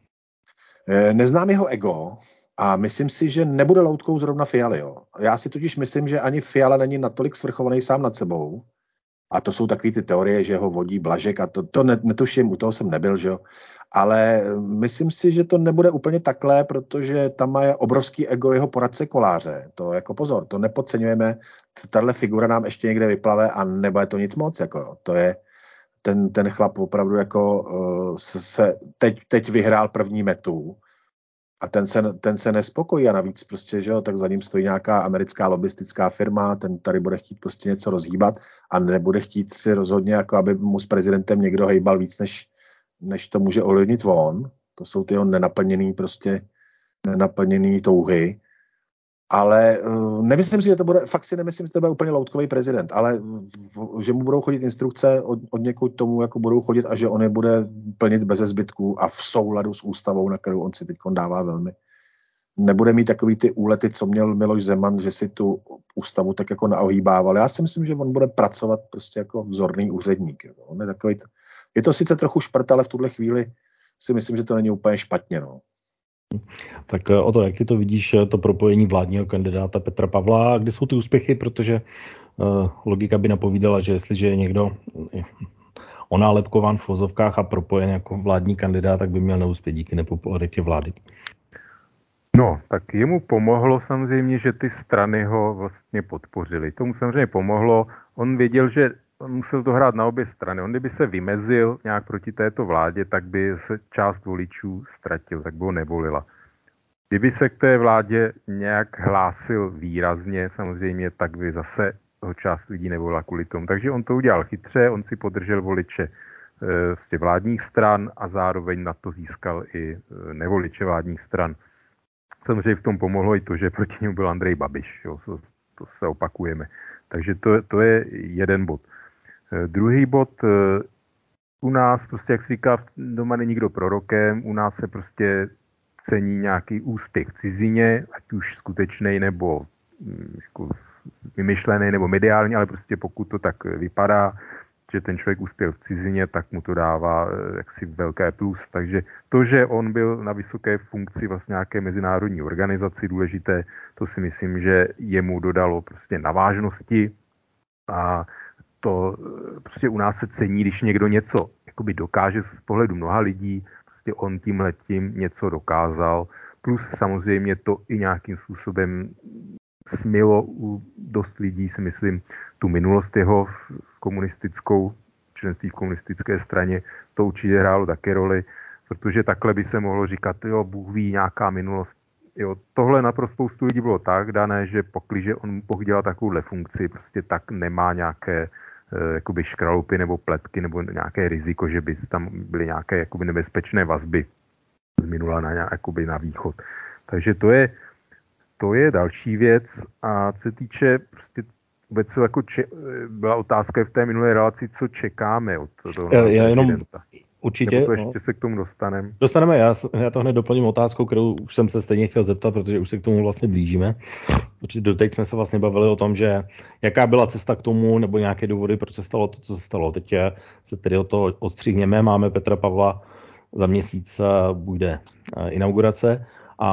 Neznám jeho ego a myslím si, že nebude loutkou zrovna Fialy. Jo. Já si totiž myslím, že ani Fiala není natolik svrchovaný sám nad sebou. A to jsou takové ty teorie, že ho vodí Blažek a to netuším, u toho jsem nebyl, že jo. Ale myslím si, že to nebude úplně takhle, protože tam je obrovský ego jeho poradce Koláře. To jako pozor, to nepodceňujeme. Tahle figura nám ještě někde vyplave a nebude to nic moc. Jako, to je ten chlap opravdu jako teď vyhrál první metu a ten se nespokojí a navíc prostě, že jo, tak za ním stojí nějaká americká lobistická firma, ten tady bude chtít prostě něco rozhýbat a nebude chtít si rozhodně, jako aby mu s prezidentem někdo hejbal víc, než to může ovlivnit on. To jsou ty nenaplněný touhy. Ale nemyslím si, že to bude, fakt si nemyslím, že to bude úplně loutkový prezident, ale že mu budou chodit instrukce od někud tomu, jako budou chodit a že on je bude plnit beze zbytků a v souladu s ústavou, na kterou on si teď dává velmi. Nebude mít takový ty úlety, co měl Miloš Zeman, že si tu ústavu tak jako naohýbával. Já si myslím, že on bude pracovat prostě jako vzorný úředník. On je takový, je to sice trochu šprt, ale v tuhle chvíli si myslím, že to není úplně špatně, no. Tak o to, jak ty to vidíš, to propojení vládního kandidáta Petra Pavla, kde jsou ty úspěchy, protože logika by napovídala, že jestliže je někdo onálepkován v vozovkách a propojen jako vládní kandidát, tak by měl neuspět díky nepopularitě vlády. No, tak jemu pomohlo samozřejmě, že ty strany ho vlastně podpořily. Tomu samozřejmě pomohlo. On věděl, že on musel to hrát na obě strany. On kdyby se vymezil nějak proti této vládě, tak by se část voličů ztratil, tak by ho nevolila. Kdyby se k té vládě nějak hlásil výrazně, samozřejmě, tak by zase ho část lidí nevolila kvůli tomu. Takže on to udělal chytře, on si podržel voliče z těch vládních stran a zároveň na to získal i nevoliče vládních stran. Samozřejmě v tom pomohlo i to, že proti němu byl Andrej Babiš. Jo, to se opakujeme. Takže to je jeden bod. Druhý bod, u nás prostě, jak se říká, doma není nikdo prorokem, u nás se prostě cení nějaký úspěch v cizině, ať už skutečný nebo jako vymyšlený nebo mediální, ale prostě pokud to tak vypadá, že ten člověk uspěl v cizině, tak mu to dává jaksi velké plus. Takže to, že on byl na vysoké funkci vlastně nějaké mezinárodní organizaci důležité, to si myslím, že jemu dodalo prostě na vážnosti a to prostě u nás se cení, když někdo něco jakoby dokáže z pohledu mnoha lidí, prostě on tímhletím něco dokázal. Plus samozřejmě to i nějakým způsobem smilo u dost lidí, si myslím, tu minulost jeho komunistickou, členství v komunistické straně, to určitě hrálo také roli, protože takhle by se mohlo říkat, jo, Bůh ví, nějaká minulost. Jo, tohle na pro spoustu lidí bylo tak dané, že pakliže on mohl dělat takovouhle funkci, prostě tak nemá nějaké jakoby škralupy nebo pletky nebo nějaké riziko, že by tam byly nějaké jakoby nebezpečné vazby z minula na východ. Takže to je další věc. A co se týče prostě vůbec jako byla otázka v té minulé relaci, co čekáme od toho prezidenta. Určitě. Nebo to ještě se k tomu dostaneme. Dostaneme, já to hned doplním otázkou, kterou už jsem se stejně chtěl zeptat, protože už se k tomu vlastně blížíme. Protože doteď jsme se vlastně bavili o tom, že jaká byla cesta k tomu, nebo nějaké důvody, proč se stalo to, co se stalo. Teď se tedy o to odstřihněme, máme Petra Pavla, za měsíc bude inaugurace a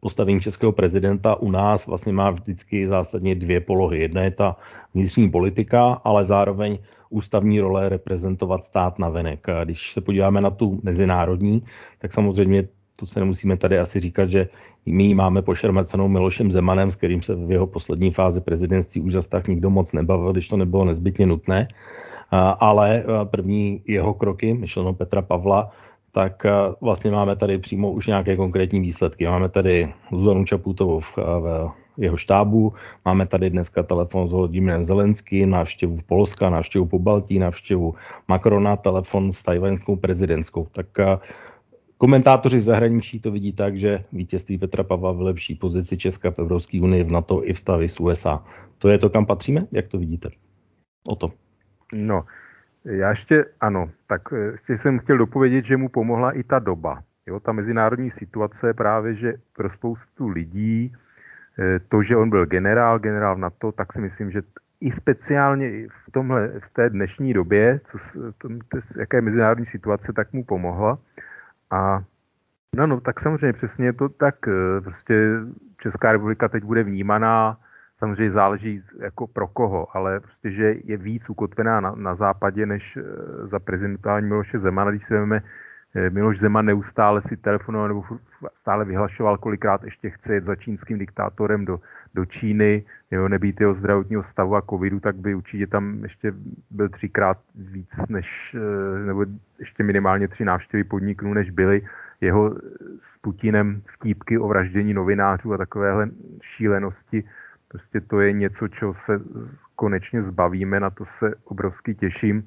postavení českého prezidenta u nás vlastně má vždycky zásadně dvě polohy. Jedna je ta vnitřní politika, ale zároveň ústavní role reprezentovat stát navenek. A když se podíváme na tu mezinárodní, tak samozřejmě to se nemusíme tady asi říkat, že my ji máme pošermacenou Milošem Zemanem, s kterým se v jeho poslední fázi prezidentství už zas tak nikdo moc nebavil, když to nebylo nezbytně nutné. Ale první jeho kroky, myšleno Petra Pavla, tak vlastně máme tady přímo už nějaké konkrétní výsledky. Máme tady Zuzanu Čaputovou v jeho štábu, máme tady dneska telefon s Volodymyrem Zelenským, návštěvu Polska, návštěvu Pobaltí, návštěvu Macrona, telefon s tajvanskou prezidentskou. Tak komentátoři v zahraničí to vidí tak, že vítězství Petra Pavla v lepší pozici Česka v Evropské unii, v NATO i vztahy s USA. To je to, kam patříme? Jak to vidíte? O to. No, já ještě, ano, tak ještě jsem chtěl dopovědět, že mu pomohla i ta doba. Jo, ta mezinárodní situace právě, že pro spoustu lidí to, že on byl generál v NATO, tak si myslím, že i speciálně v té dnešní době, jaká je mezinárodní situace, tak mu pomohla. A no, tak samozřejmě přesně je to tak, prostě Česká republika teď bude vnímaná, samozřejmě záleží jako pro koho, ale prostě, že je víc ukotvená na západě, než za prezidentování Miloše Zemana. Když si vezmeme, Miloš Zeman neustále si telefonoval nebo stále vyhlašoval, kolikrát ještě chce jet za čínským diktátorem do Číny, jo, nebýt jeho zdravotního stavu a covidu, tak by určitě tam ještě byl 3krát víc než, nebo ještě minimálně 3 návštěvy podniknul, než byly. Jeho s Putinem vtípky o vraždění novinářů a takovéhle šílenosti. Prostě to je něco, čeho se konečně zbavíme, na to se obrovsky těším.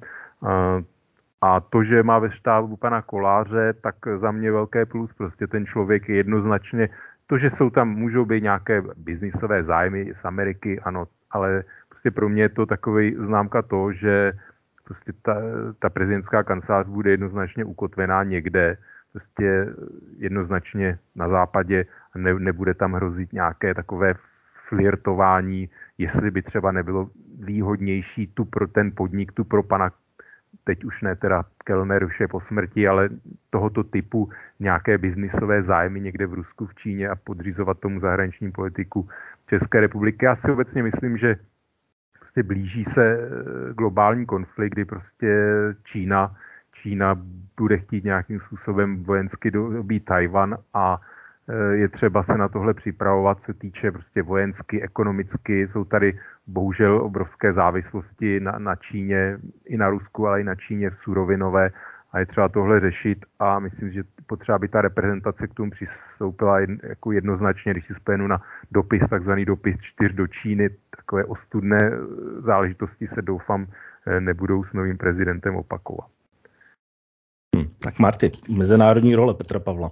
A to, že má ve štábu pana Koláře, tak za mě velké plus. Prostě ten člověk je jednoznačně, to, že můžou být nějaké biznisové zájmy z Ameriky, ano, ale prostě pro mě je to takový známka toho, že prostě ta prezidentská kancelář bude jednoznačně ukotvená někde, prostě jednoznačně na západě a nebude tam hrozit nějaké takové flirtování, jestli by třeba nebylo výhodnější tu pro ten podnik, tu pro pana, teď už ne teda Kellner, už je po smrti, ale tohoto typu nějaké biznisové zájmy někde v Rusku, v Číně a podřizovat tomu zahraniční politiku České republiky. Já si obecně myslím, že prostě blíží se globální konflikt, kdy prostě Čína bude chtít nějakým způsobem vojensky dobít Tajvan a je třeba se na tohle připravovat, se týče prostě vojensky, ekonomicky. Jsou tady bohužel obrovské závislosti na Číně, i na Rusku, ale i na Číně surovinové a je třeba tohle řešit a myslím, že potřeba by ta reprezentace k tomu přistoupila jako jednoznačně, když si spojenu na dopis, takzvaný dopis 4 do Číny, takové ostudné záležitosti se doufám nebudou s novým prezidentem opakovat. Tak Marty, mezinárodní role Petra Pavla.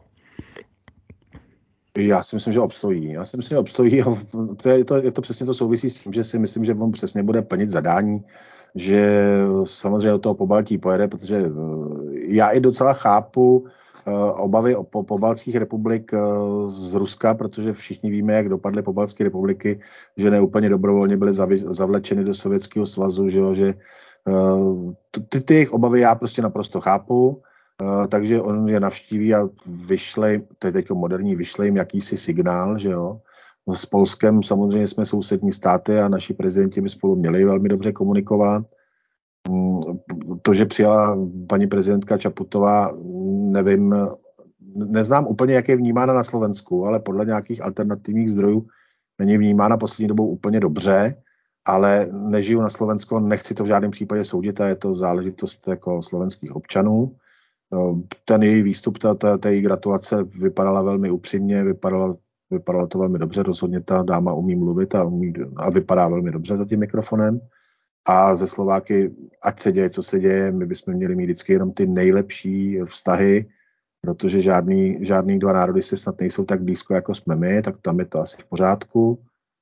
Já si myslím, že obstojí. A je to přesně to souvisí s tím, že si myslím, že on přesně bude plnit zadání, že samozřejmě do toho Pobaltí pojede, protože já i docela chápu obavy o pobaltských republik z Ruska, protože všichni víme, jak dopadly pobaltské republiky, že neúplně dobrovolně byly zavlečeny do Sovětského svazu, že ty jejich obavy já prostě naprosto chápu. Takže on je navštíví a to je teď moderní, vyšle jim jakýsi signál, že jo. S Polskem samozřejmě jsme sousední státy a naši prezidenti by spolu měli velmi dobře komunikovat. To, že přijala paní prezidentka Čaputová, nevím, neznám úplně, jak je vnímána na Slovensku, ale podle nějakých alternativních zdrojů není vnímána poslední dobou úplně dobře, ale nežiju na Slovensku, nechci to v žádném případě soudit a je to záležitost jako slovenských občanů. Ten její výstup, ta její gratulace vypadala velmi upřímně, vypadalo to velmi dobře, rozhodně ta dáma umí mluvit a vypadá velmi dobře za tím mikrofonem. A ze Slováky, ať se děje, co se děje, my bychom měli mít vždycky jenom ty nejlepší vztahy, protože žádný dva národy si snad nejsou tak blízko, jako jsme my, tak tam je to asi v pořádku.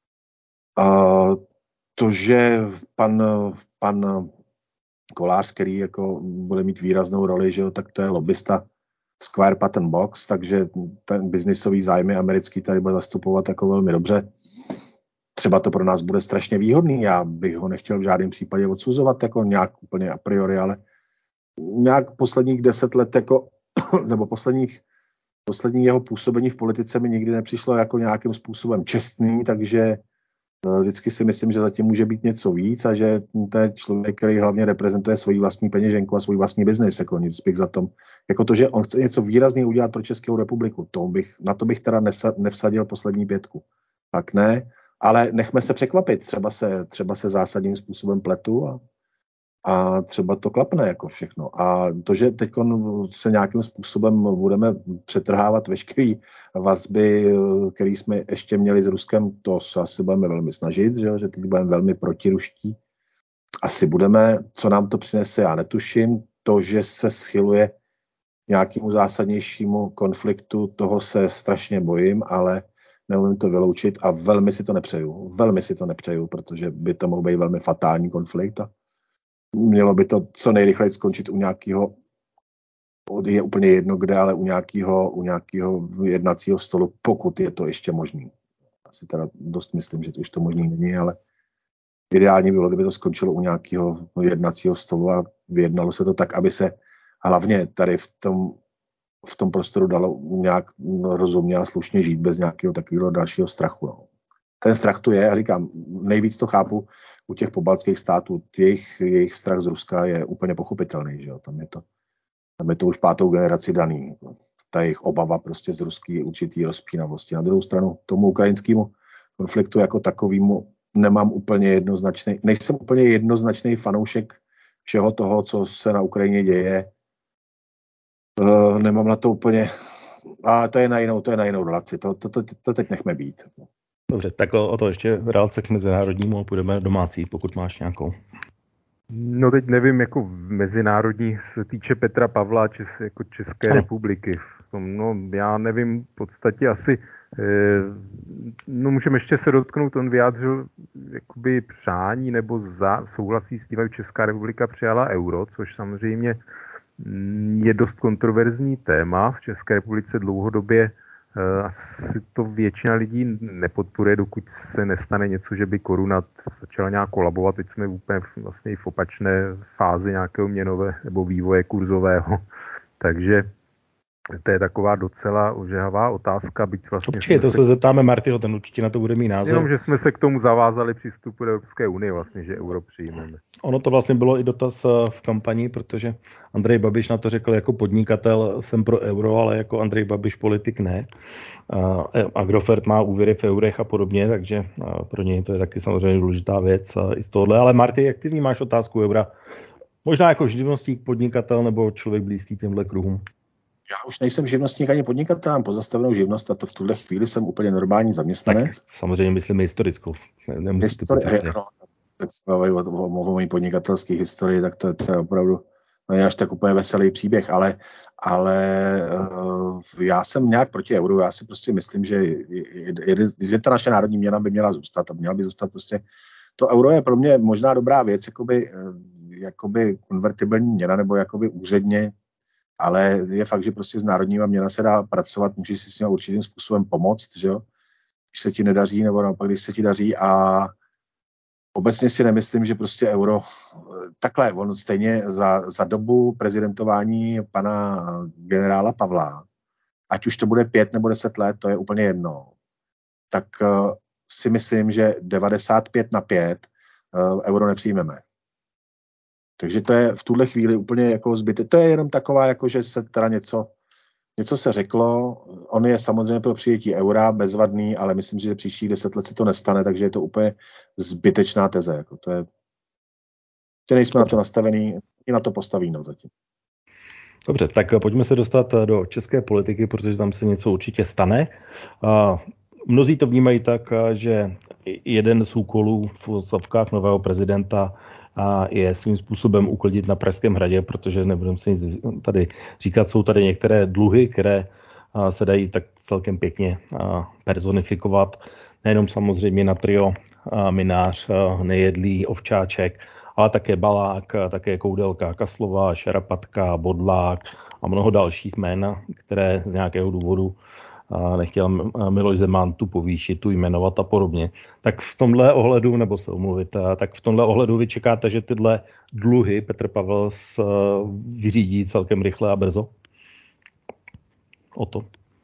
To, že pan Kolář, který jako bude mít výraznou roli, že jo, tak to je lobbysta Square Patent Box, takže ten biznisový zájmy americký tady bude zastupovat jako velmi dobře. Třeba to pro nás bude strašně výhodný, já bych ho nechtěl v žádném případě odsuzovat jako nějak úplně a priori, ale nějak posledních 10 let jako, nebo posledních poslední jeho působení v politice mi nikdy nepřišlo jako nějakým způsobem čestný, takže vždycky si myslím, že zatím může být něco víc a že to je člověk, který hlavně reprezentuje svoji vlastní peněženku a svůj vlastní biznis, jako nic bych za tom. Jako to, že on chce něco výrazně udělat pro Českou republiku, na to bych teda nevsadil poslední 5. Tak ne, ale nechme se překvapit, třeba se zásadním způsobem pletu a třeba to klapne jako všechno. A to, že teď se nějakým způsobem budeme přetrhávat veškeré vazby, které jsme ještě měli s Ruskem, to se asi budeme velmi snažit, že teď budeme velmi protiruští. Asi budeme, co nám to přinese, já netuším. To, že se schyluje nějakému zásadnějšímu konfliktu, toho se strašně bojím, ale neumím to vyloučit a velmi si to nepřeju, protože by to mohl být velmi fatální konflikt a mělo by to co nejrychleji skončit u nějakého, je úplně jedno kde, ale u nějakého jednacího stolu, pokud je to ještě možný. Asi teda dost myslím, že to už to možný není, ale ideálně bylo, kdyby to skončilo u nějakého jednacího stolu a vyjednalo se to tak, aby se hlavně tady v tom prostoru dalo nějak rozumně a slušně žít bez nějakého takového dalšího strachu. No. Ten strach tu je, a říkám, nejvíc to chápu u těch pobaltských států. Jejich strach z Ruska je úplně pochopitelný, že jo? Tam je to už 5. generaci daný. Ta jejich obava prostě z ruský určitý rozpínavosti. Na druhou stranu tomu ukrajinskému konfliktu jako takovému nejsem úplně jednoznačný fanoušek všeho toho, co se na Ukrajině děje. Nemám na to úplně, a to je na jinou relaci. To teď nechme být. Dobře, tak o to ještě v relace k mezinárodnímu a půjdeme domácí, pokud máš nějakou. No teď nevím, jako mezinárodní se týče Petra Pavla jako České republiky. No já nevím, v podstatě asi, no můžeme ještě se dotknout, on vyjádřil jakoby přání nebo souhlasí s tím, aby Česká republika přijala euro, což samozřejmě je dost kontroverzní téma. V České republice dlouhodobě asi to většina lidí nepodporuje, dokud se nestane něco, že by koruna začala nějak kolabovat. Teď jsme úplně vlastně v opačné fázi nějakého měnové nebo vývoje kurzového. Takže to je taková docela ožehavá otázka. Byť vlastně určitě, to se zeptáme Martyho, ten určitě na to bude mít názor. Jenom, že jsme se k tomu zavázali při vstupu do Evropské unie, vlastně, že euro přijmeme. Ono to vlastně bylo i dotaz v kampani, protože Andrej Babiš na to řekl jako podnikatel jsem pro euro, ale jako Andrej Babiš politik ne. Agrofert má úvěry v eurech a podobně, takže pro něj to je taky samozřejmě důležitá věc i z tohohle. Ale Marty, jak ty vnímáš otázku eura? Možná jako živnostník, podnikatel nebo člověk blízký těmhle kruhům? Já už nejsem živnostník ani podnikatel, mám pozastavenou živnost a to v tuhle chvíli jsem úplně normální zaměstnanec. Tak, samozřejmě myslím historickou. Tak se baví o mojí podnikatelské historii, tak to je opravdu až tak úplně veselý příběh, ale já jsem nějak proti euru, já si prostě myslím, že ta naše národní měna by měla zůstat a měla by zůstat prostě. To euro je pro mě možná dobrá věc, jakoby konvertibilní měna nebo jakoby úředně, ale je fakt, že prostě s národníma měna se dá pracovat, můžeš si s ním určitým způsobem pomoct, že jo? Když se ti nedaří, nebo naopak, když se ti daří a obecně si nemyslím, že prostě euro, takhle, on stejně za dobu prezidentování pana generála Pavla, ať už to bude 5 nebo 10 let, to je úplně jedno, tak si myslím, že 95/5 euro nepřijmeme. Takže to je v tuhle chvíli úplně jako zbytek. To je jenom taková, jako že se teda něco se řeklo. On je samozřejmě pro přijetí eura bezvadný, ale myslím, že příštích 10 let se to nestane, takže je to úplně zbytečná teze. Jako to je, že nejsme na to nastavení, i na to postaví zatím. Dobře, tak pojďme se dostat do české politiky, protože tam se něco určitě stane. Mnozí to vnímají tak, že jeden z úkolů v úzovkách nového prezidenta je svým způsobem uklidit na Pražském hradě, protože nebudeme si nic tady říkat, jsou tady některé dluhy, které se dají tak celkem pěkně personifikovat. Nejenom samozřejmě na trio Mynář, Nejedlý, Ovčáček, ale také Balák, také Koudelka, Kaslová, Šarapatka, Bodlák a mnoho dalších jmen, které z nějakého důvodu nechtěl Miloš Zeman tu povýšit, tu jmenovat a podobně. Tak v tomhle ohledu, nebo se omluvit, tak v tomhle ohledu vy čekáte, že tyhle dluhy Petr Pavel vyřídí celkem rychle a brzo? O to.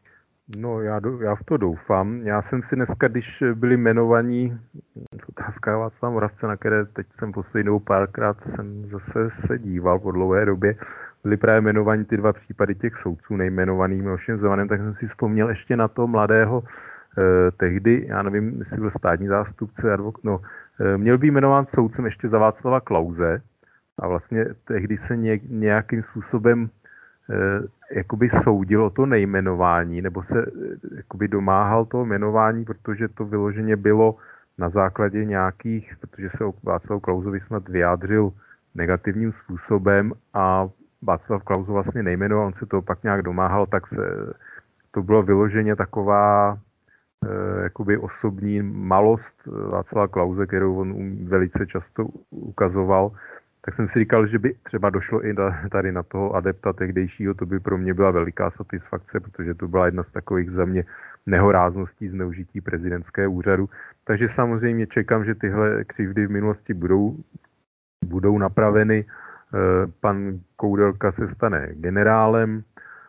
No, já v to doufám. Já jsem si dneska, když byli jmenovaní, otázka Václava Moravce, na které teď jsem poslední dobou párkrát jsem zase se díval po dlouhé době, byli právě jmenovaní ty dva případy těch soudců nejmenovaných Milošem Zemanem, tak jsem si vzpomněl ještě na to mladého tehdy, já nevím, jestli byl státní zástupce, měl být jmenován soudcem ještě za Václava Klause a vlastně tehdy se nějakým způsobem jakoby soudil o to nejmenování, nebo se jakoby domáhal toho jmenování, protože to vyloženě bylo na základě nějakých, protože se o Václavu Klausovi snad vyjádřil negativním způsobem a Václav Klaus vlastně nejmenoval, on se toho pak nějak domáhal, tak to bylo vyloženě taková jakoby osobní malost Václava Klause, kterou on velice často ukazoval. Tak jsem si říkal, že by třeba došlo i tady na toho adepta tehdejšího, to by pro mě byla veliká satisfakce, protože to byla jedna z takových za mě nehorázností zneužití prezidentského úřadu. Takže samozřejmě čekám, že tyhle křivdy v minulosti budou napraveny. Pan Koudelka se stane generálem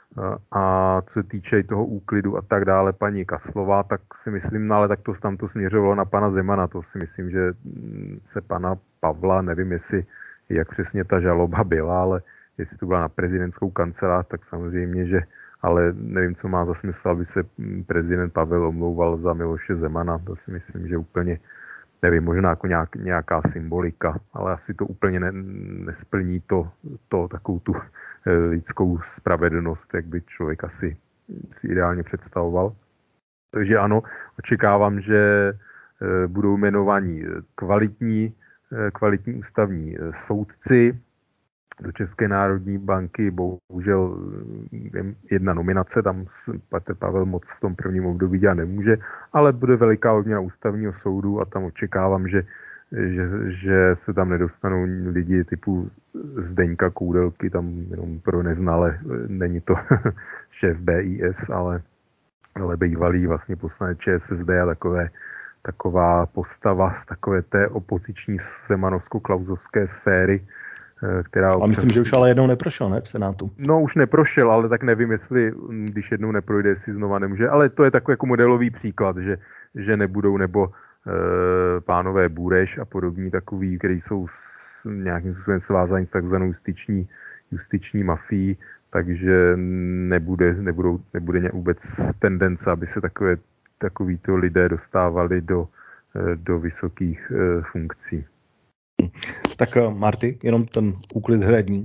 a co se týče i toho úklidu a tak dále, paní Kaslová, tak si myslím, no ale tak to tam to směřovalo na pana Zemana, to si myslím, že se pana Pavla, nevím jestli jak přesně ta žaloba byla, ale jestli to byla na prezidentskou kancelář, tak samozřejmě, že ale nevím, co má za smysl, aby se prezident Pavel omlouval za Miloše Zemana, to si myslím, že úplně nevím, možná jako nějaká symbolika, ale asi to úplně nesplní to takovou tu lidskou spravedlnost, jak by člověk asi si ideálně představoval. Takže ano, očekávám, že budou jmenovaní kvalitní ústavní soudci do České národní banky. Bohužel jedna nominace, tam Petr Pavel moc v tom prvním období dělat nemůže, ale bude veliká odměna ústavního soudu a tam očekávám, že se tam nedostanou lidi typu Zdeňka Koudelky, tam jenom pro neznale, není to šéf BIS, ale bývalý vlastně poslanec ČSSD a taková postava z takové té opoziční zemanovsko-klauzovské sféry, která... A myslím, že už ale jednou neprošel, ne, v Senátu? No, už neprošel, ale tak nevím, jestli, když jednou neprojde, jestli znova nemůže, ale to je takový jako modelový příklad, že nebudou, nebo pánové Bureš a podobní takový, kteří jsou nějakým způsobem svázáni s takzvanou justiční mafií, takže nebude vůbec tendence, aby se takovýto lidé dostávali do vysokých funkcí. Tak Marty, jenom ten úklid hradní.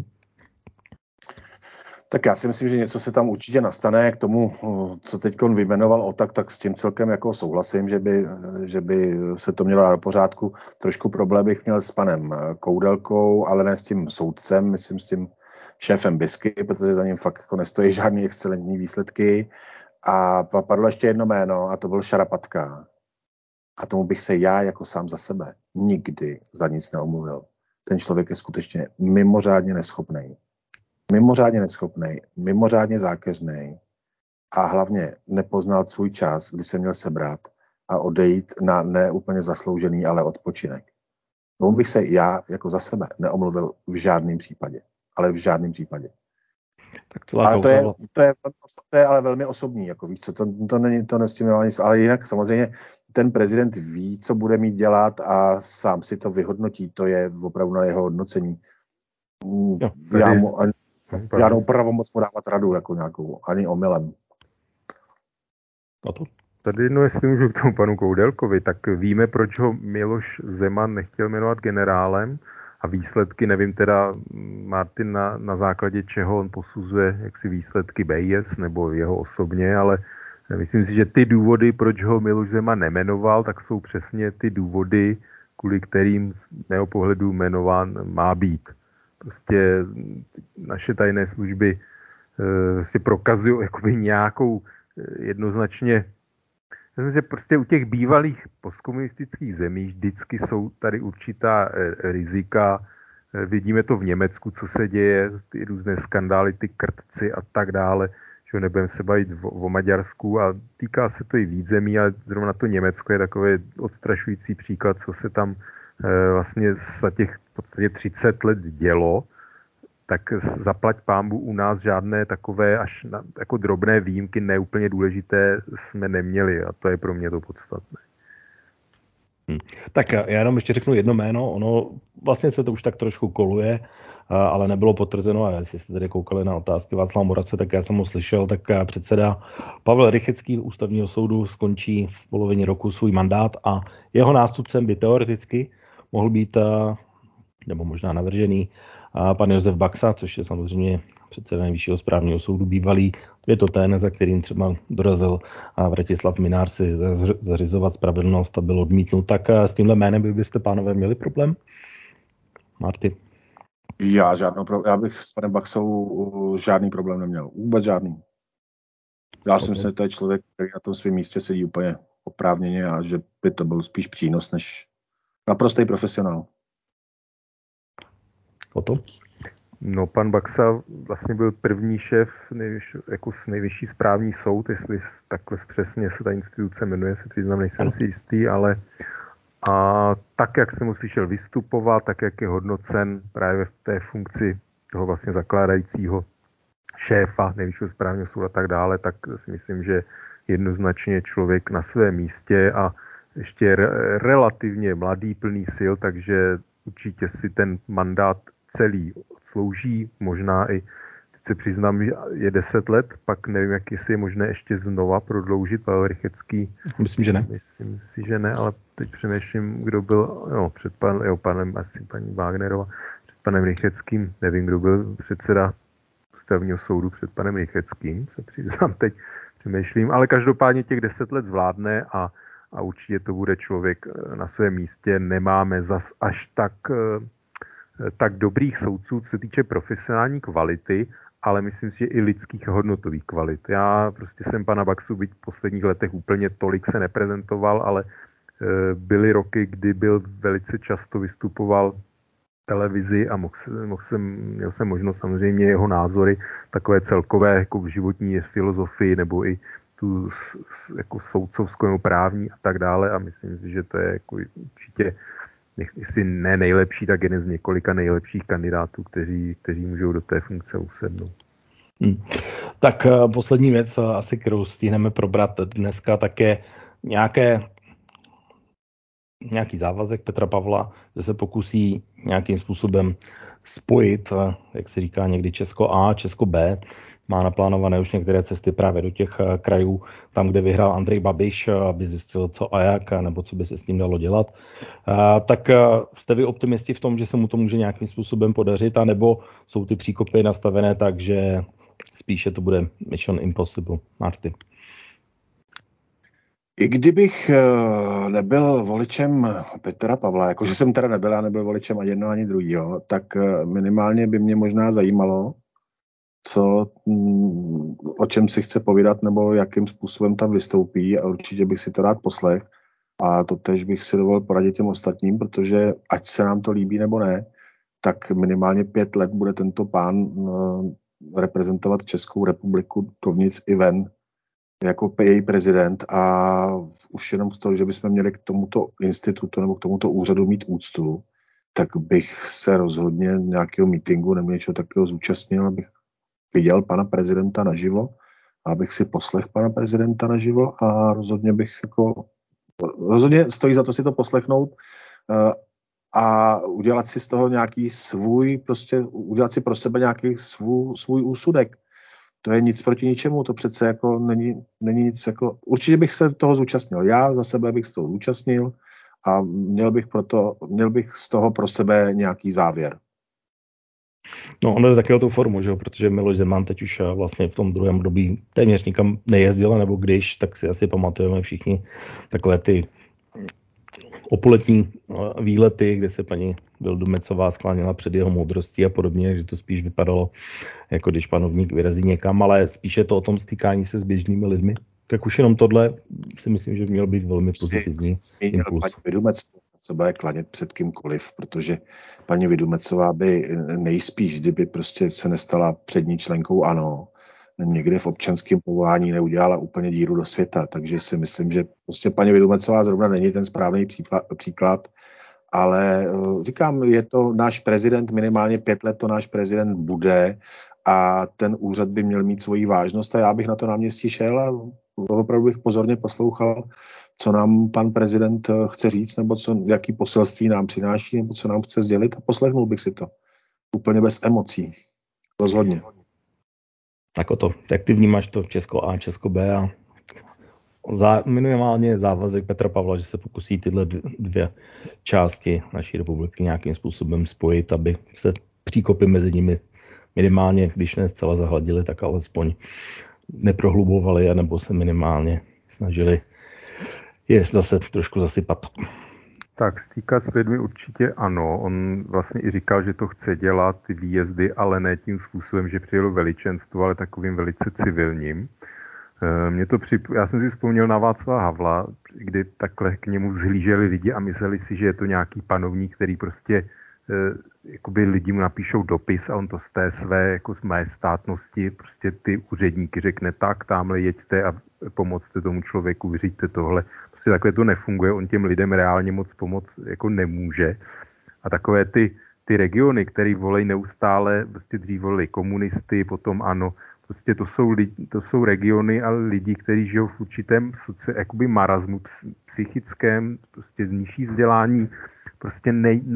Tak já si myslím, že něco se tam určitě nastane k tomu, co teď vyjmenoval Otak, tak s tím celkem jako souhlasím, že by se to mělo dát do pořádku. Trošku problém bych měl s panem Koudelkou, ale ne s tím soudcem, myslím s tím šéfem BISky, protože za ním fakt jako nestojí žádný excelentní výsledky. A padlo ještě jedno jméno a to byl Šarapatka. A tomu bych se já jako sám za sebe nikdy za nic neomluvil. Ten člověk je skutečně mimořádně neschopný, mimořádně zákeřný a hlavně nepoznal svůj čas, kdy se měl sebrat a odejít na neúplně zasloužený, ale odpočinek. Tomu bych se já jako za sebe neomluvil v žádném případě. Ale v žádném případě. Ale to je ale velmi osobní, jako víš co, to není to nestimulovaný, ale jinak samozřejmě ten prezident ví, co bude mít dělat a sám si to vyhodnotí, to je opravdu na jeho hodnocení. Já mu žádnou pravomoc mu dávat radu jako nějakou, ani omylem. Tady jestli můžu k tomu panu Koudelkovi, tak víme, proč ho Miloš Zeman nechtěl jmenovat generálem a výsledky, nevím teda, Martin, na základě čeho on posuzuje jaksi výsledky BIS nebo jeho osobně, ale myslím si, že ty důvody, proč ho Miloš Zeman nemenoval, tak jsou přesně ty důvody, kvůli kterým z mého pohledu jmenován má být. Prostě naše tajné služby si prokazují jakoby nějakou jednoznačně. Myslím, že prostě u těch bývalých postkomunistických zemí vždycky jsou tady určitá rizika. Vidíme to v Německu, co se děje, ty různé skandály, ty krtci a tak dále, že nebudeme se bavit o Maďarsku a týká se to i víc zemí, ale zrovna to Německo je takový odstrašující příklad, co se tam vlastně za těch v podstatě 30 let dělo. tak zaplať pánbu u nás žádné takové až jako drobné výjimky neúplně důležité jsme neměli a to je pro mě to podstatné. Tak já jenom ještě řeknu jedno jméno, ono vlastně se to už tak trošku koluje, ale nebylo potvrzeno, a jestli jste tady koukali na otázky Václava Moravce, tak já jsem ho slyšel, tak předseda Pavel Rychecký ústavního soudu skončí v polovině roku svůj mandát a jeho nástupcem by teoreticky mohl být, nebo možná navržený, pan Josef Baxa, což je samozřejmě předseda Nejvyššího správního soudu bývalý. Je to ten, za kterým třeba dorazil Vratislav Mynář si zařizovat spravedlnost a byl odmítnut. Tak s tímhle jménem byste, pánové, měli problém? Marty? Já bych s panem Baxou žádný problém neměl. Vůbec žádný. Já si myslím, že to je člověk, který na tom svém místě sedí úplně oprávněně a že by to byl spíš přínos, než naprostý profesionál. O to? No, pan Baxa vlastně byl první šéf jako nejvyšší správní soud, jestli takhle přesně se ta instituce jmenuje, se přiznám, nejsem si jistý, ale a tak, jak jsem ho slyšel vystupovat, tak, jak je hodnocen právě v té funkci toho vlastně zakládajícího šéfa Nejvyššího správního soudu a tak dále, tak si myslím, že jednoznačně člověk na svém místě a ještě relativně mladý, plný sil, takže určitě si ten mandát celý slouží, možná i, teď se přiznám, je 10 let, pak nevím, jestli je možné ještě znova prodloužit Pavel Rychecký. Myslím, že ne. Myslím si, že ne, ale teď přemýšlím, kdo byl, před panem, asi paní Wagnerova, před panem Rycheckým, nevím, kdo byl předseda ústavního soudu před panem Rycheckým, se přiznám, teď přemýšlím, ale každopádně těch 10 let zvládne a určitě to bude člověk na svém místě. Nemáme zas až tak dobrých soudců, co se týče profesionální kvality, ale myslím si, že i lidských hodnotových kvalit. Já prostě jsem pana Baxu byť v posledních letech úplně tolik se neprezentoval, ale byly roky, kdy byl velice často vystupoval v televizi a měl jsem možnost samozřejmě jeho názory, takové celkové jako v životní filozofii nebo i tu jako soudcovskou právní a tak dále a myslím si, že to je jako určitě jestli ne nejlepší, tak jeden z několika nejlepších kandidátů, kteří můžou do té funkce usednout. Tak poslední věc, asi kterou stihneme probrat dneska, tak je nějaký závazek Petra Pavla, že se pokusí nějakým způsobem spojit, jak se říká někdy Česko A, Česko B. Má naplánované už některé cesty právě do těch krajů, tam, kde vyhrál Andrej Babiš, aby zjistil, co a jak, nebo co by se s tím dalo dělat. Tak jste vy optimisti v tom, že se mu to může nějakým způsobem podařit, anebo jsou ty příkopy nastavené tak, že spíše to bude Mission Impossible? Marty. I kdybych nebyl voličem Petra Pavla, jakože jsem teda nebyl, já nebyl voličem ani jednoho, ani druhýho, tak minimálně by mě možná zajímalo, o čem si chce povídat nebo jakým způsobem tam vystoupí a určitě bych si to rád poslech. A to tež bych si dovolil poradit těm ostatním, protože ať se nám to líbí nebo ne, tak minimálně 5 let bude tento pán reprezentovat Českou republiku dovnitř i ven jako její prezident a už jenom z toho, že bychom měli k tomuto institutu nebo k tomuto úřadu mít úctu, tak bych se rozhodně nějakého meetingu nebo něčeho takového zúčastnil, abych viděl pana prezidenta naživo, abych si poslech pana prezidenta naživo a rozhodně stojí za to si to poslechnout a udělat si z toho nějaký udělat si pro sebe nějaký svůj úsudek. To je nic proti ničemu, to přece jako není nic jako, určitě bych se toho zúčastnil. Já za sebe bych se toho zúčastnil a měl bych z toho pro sebe nějaký závěr. No, ono je taky o tu formu, že jo? Protože Miloš Zeman teď už vlastně v tom druhém období téměř nikam nejezdil, nebo když, tak si asi pamatujeme všichni takové ty opoletní výlety, kde se paní Vildumetzová skláněla před jeho moudrostí a podobně, že to spíš vypadalo, jako když panovník vyrazí někam, ale spíše to o tom stýkání se s běžnými lidmi. Tak už jenom tohle si myslím, že by měl být velmi pozitivní impuls. Paní Vildumetzová se bude klanět před kýmkoliv, protože paní Vildumetzová by nejspíš, kdyby prostě se nestala přední členkou ANO, někde v občanském povolání neudělala úplně díru do světa, takže si myslím, že prostě paní Vildumetzová zrovna není ten správný příklad ale říkám, je to náš prezident, minimálně 5 let to náš prezident bude a ten úřad by měl mít svoji vážnost a já bych na to náměstí šel a opravdu bych pozorně poslouchal, co nám pan prezident chce říct, nebo jaký poselství nám přináší, nebo co nám chce sdělit a poslechnul bych si to. Úplně bez emocí. Rozhodně. Tak o to. Jak ty vnímáš to Česko A, Česko B a minimálně závazek Petra Pavla, že se pokusí tyhle dvě části naší republiky nějakým způsobem spojit, aby se příkopy mezi nimi minimálně, když ne zcela zahladili, tak alespoň neprohlubovali, anebo se minimálně snažili je zase trošku zasypat. Tak stýkat s lidmi určitě ano. On vlastně i říkal, že to chce dělat, ty výjezdy, ale ne tím způsobem, že přijelo veličenstvo, ale takovým velice civilním. Já jsem si vzpomněl na Václava Havla, kdy takhle k němu vzhlíželi lidi a mysleli si, že je to nějaký panovník, který prostě jakoby lidi mu napíšou dopis a on to z té své jako z majestátnosti prostě ty úředníky řekne tak, tamhle jeďte a pomocte tomu člověku, vyřiďte tohle. Prostě takhle to nefunguje, on těm lidem reálně moc pomoct jako nemůže. A takové ty regiony, které volej neustále, prostě dřív volili komunisty, potom ano, prostě to jsou regiony a lidi, kteří žijou v určitém jakoby marazmu psychickém, prostě z nižší vzdělání, prostě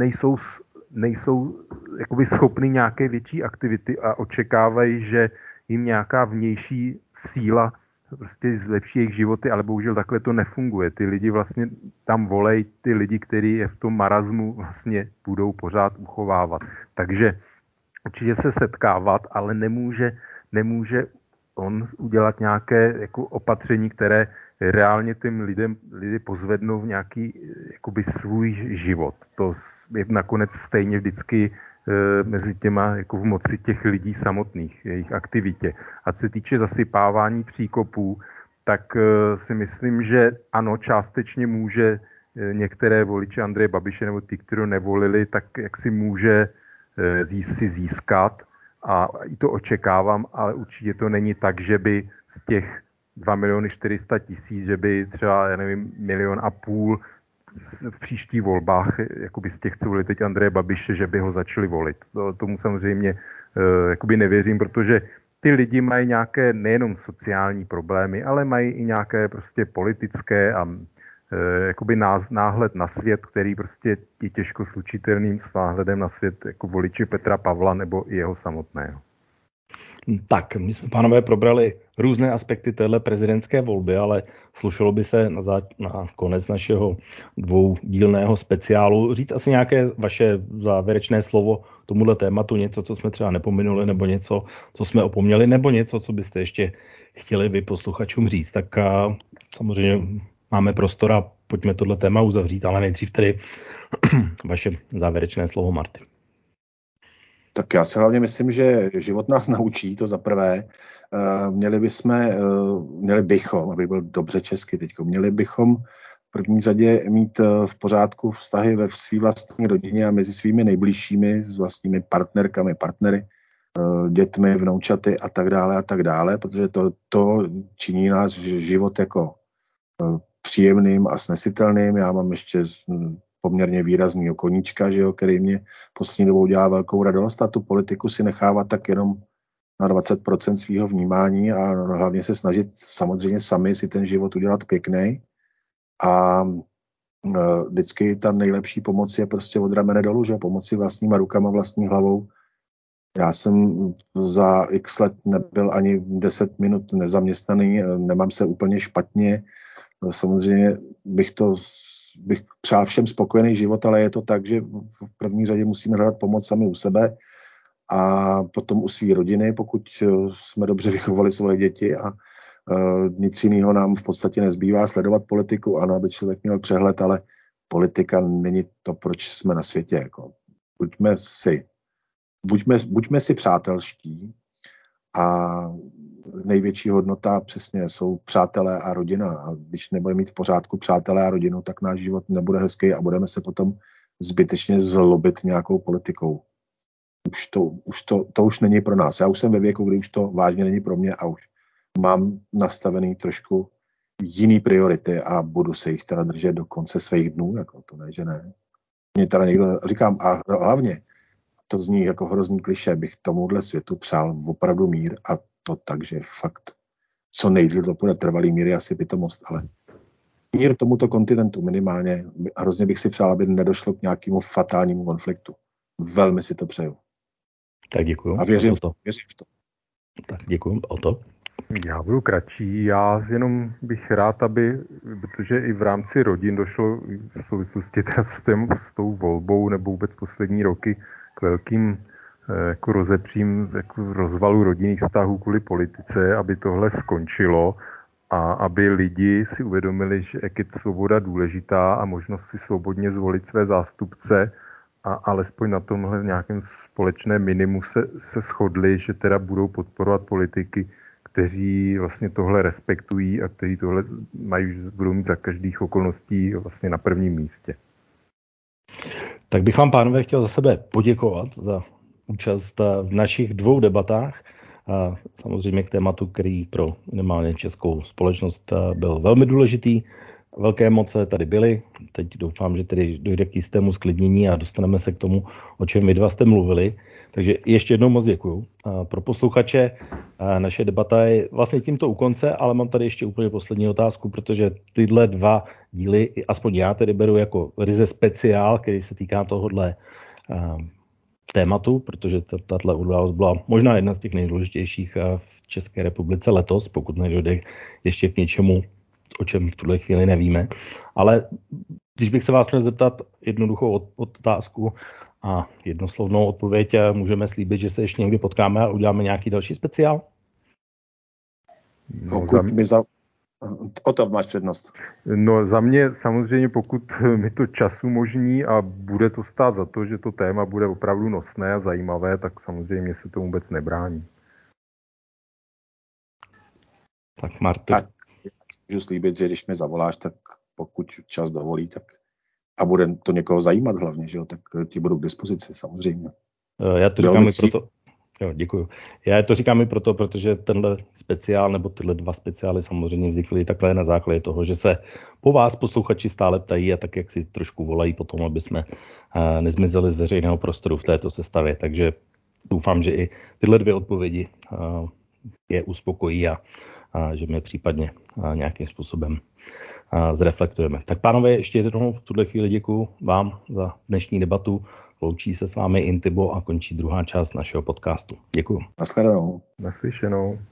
nejsou jakoby schopni nějaké větší aktivity a očekávají, že jim nějaká vnější síla prostě zlepší jejich životy, ale bohužel takhle to nefunguje. Ty lidi vlastně tam volej, ty lidi, kteří je v tom marazmu vlastně budou pořád uchovávat. Takže určitě se setkávat, ale nemůže on udělat nějaké jako opatření, které reálně těm lidi pozvednou v nějaký jakoby svůj život. To je nakonec stejně vždycky mezi těma jako v moci těch lidí samotných, jejich aktivitě. A co se týče zasypávání příkopů, tak si myslím, že ano, částečně může některé voliče Andreje Babiše nebo ty, kteří nevolili, tak jak si může si získat a i to očekávám, ale určitě to není tak, že by z těch 2 400 000, že by třeba, já nevím, 1,5 milionu v příštích volbách, jakoby z těch, co volili teď Andreje Babiše, že by ho začali volit. Tomu samozřejmě jakoby nevěřím, protože ty lidi mají nějaké nejenom sociální problémy, ale mají i nějaké prostě politické a jakoby náhled na svět, který prostě je těžko slučitelným s náhledem na svět jako voliči Petra Pavla nebo i jeho samotného. Tak, my jsme, pánové, probrali různé aspekty téhle prezidentské volby, ale slušelo by se na konec našeho dvoudílného speciálu říct asi nějaké vaše závěrečné slovo k tomuhle tématu, něco, co jsme třeba nepominuli, nebo něco, co jsme opomněli, nebo něco, co byste ještě chtěli vy posluchačům říct. Tak samozřejmě máme prostor a pojďme tohle téma uzavřít, ale nejdřív tedy vaše závěrečné slovo, Marty. Tak já si hlavně myslím, že život nás naučí, to za prvé. Měli bychom, aby byl dobře česky teďko, měli bychom v první řadě mít v pořádku vztahy ve své vlastní rodině a mezi svými nejbližšími, s vlastními partnerkami, partnery, dětmi, vnoučaty a tak dále, protože to činí náš život jako příjemným a snesitelným. Já mám ještě poměrně výrazný koníčka, že jo, který mě poslední dobou dělá velkou radost a tu politiku si nechávat tak jenom na 20% svého vnímání a hlavně se snažit samozřejmě sami si ten život udělat pěknej. A vždycky ta nejlepší pomoc je prostě od ramene dolů, že pomoci vlastníma rukama, vlastní hlavou. Já jsem za x let nebyl ani 10 minut nezaměstnaný, nemám se úplně špatně. Samozřejmě bych přál všem spokojený život, ale je to tak, že v první řadě musíme hledat pomoc sami u sebe a potom u své rodiny, pokud jsme dobře vychovali svoje děti a nic jiného nám v podstatě nezbývá, sledovat politiku, ano, aby člověk měl přehled, ale politika není to, proč jsme na světě. Jako. Buďme si přátelští a největší hodnota přesně jsou přátelé a rodina. A když nebudeme mít v pořádku přátelé a rodinu, tak náš život nebude hezký a budeme se potom zbytečně zlobit nějakou politikou. To už není pro nás. Já už jsem ve věku, kdy už to vážně není pro mě a už mám nastavený trošku jiný priority a budu se jich teda držet do konce svých dnů, jako to ne, že ne. Mě teda někdo říkám, a hlavně, to zní jako hrozný klišé, bych tomuhle světu přál opravdu mír a to tak, že fakt co nejdřív to bude trvalý mír, je asi pitomost, ale mír tomuto kontinentu minimálně, hrozně bych si přál, aby nedošlo k nějakému fatálnímu konfliktu. Velmi si to přeju. Tak děkuju. A věřím v to. Tak děkuju. O to. Já budu kratší, já jenom bych rád, protože i v rámci rodin došlo v souvislosti s tou volbou nebo vůbec poslední roky k velkým jako rozepřím, jako rozvalu rodinných vztahů kvůli politice, aby tohle skončilo a aby lidi si uvědomili, že jak je svoboda důležitá a možnost si svobodně zvolit své zástupce a alespoň na tomhle nějakém společném minimu se shodli, že teda budou podporovat politiky, kteří vlastně tohle respektují a kteří tohle budou mít za každých okolností vlastně na prvním místě. Tak bych vám, pánové, chtěl za sebe poděkovat za účast v našich 2 debatách. Samozřejmě k tématu, který pro minimálně českou společnost byl velmi důležitý. Velké emoce tady byly. Teď doufám, že tedy dojde k jistému sklidnění a dostaneme se k tomu, o čem vy dva jste mluvili. Takže ještě jednou moc děkuju. Pro posluchače naše debata je vlastně tímto u konce, ale mám tady ještě úplně poslední otázku, protože tyhle 2 díly, aspoň já tedy beru jako ryze speciál, který se týká tohohle tématu, protože tato událost byla možná jedna z těch nejdůležitějších v České republice letos, pokud nedojde ještě k něčemu, o čem v tuhle chvíli nevíme. Ale když bych se vás měl zeptat jednoduchou otázku a jednoslovnou odpověď, můžeme slíbit, že se ještě někdy potkáme a uděláme nějaký další speciál? O to máš přednost. No za mě samozřejmě, pokud mi to čas umožní a bude to stát za to, že to téma bude opravdu nosné a zajímavé, tak samozřejmě se tomu vůbec nebrání. Tak Martin. Tak můžu slíbit, že když mi zavoláš, tak pokud čas dovolí, tak a bude to někoho zajímat hlavně, že jo, tak ti budu k dispozici samozřejmě. Já to říkám i proto. Jo, děkuju. Já to říkám i proto, protože tenhle speciál nebo tyhle 2 speciály samozřejmě vznikly takhle na základě toho, že se po vás posluchači stále ptají a tak, jak si trošku volají potom, aby jsme nezmizeli z veřejného prostoru v této sestavě. Takže doufám, že i tyhle 2 odpovědi je uspokojí a že my případně nějakým způsobem zreflektujeme. Tak pánové, ještě jednou v tuhle chvíli děkuju vám za dnešní debatu. Loučí se s vámi Intibo a končí druhá část našeho podcastu. Děkuju. Naschledanou. Naslyšenou.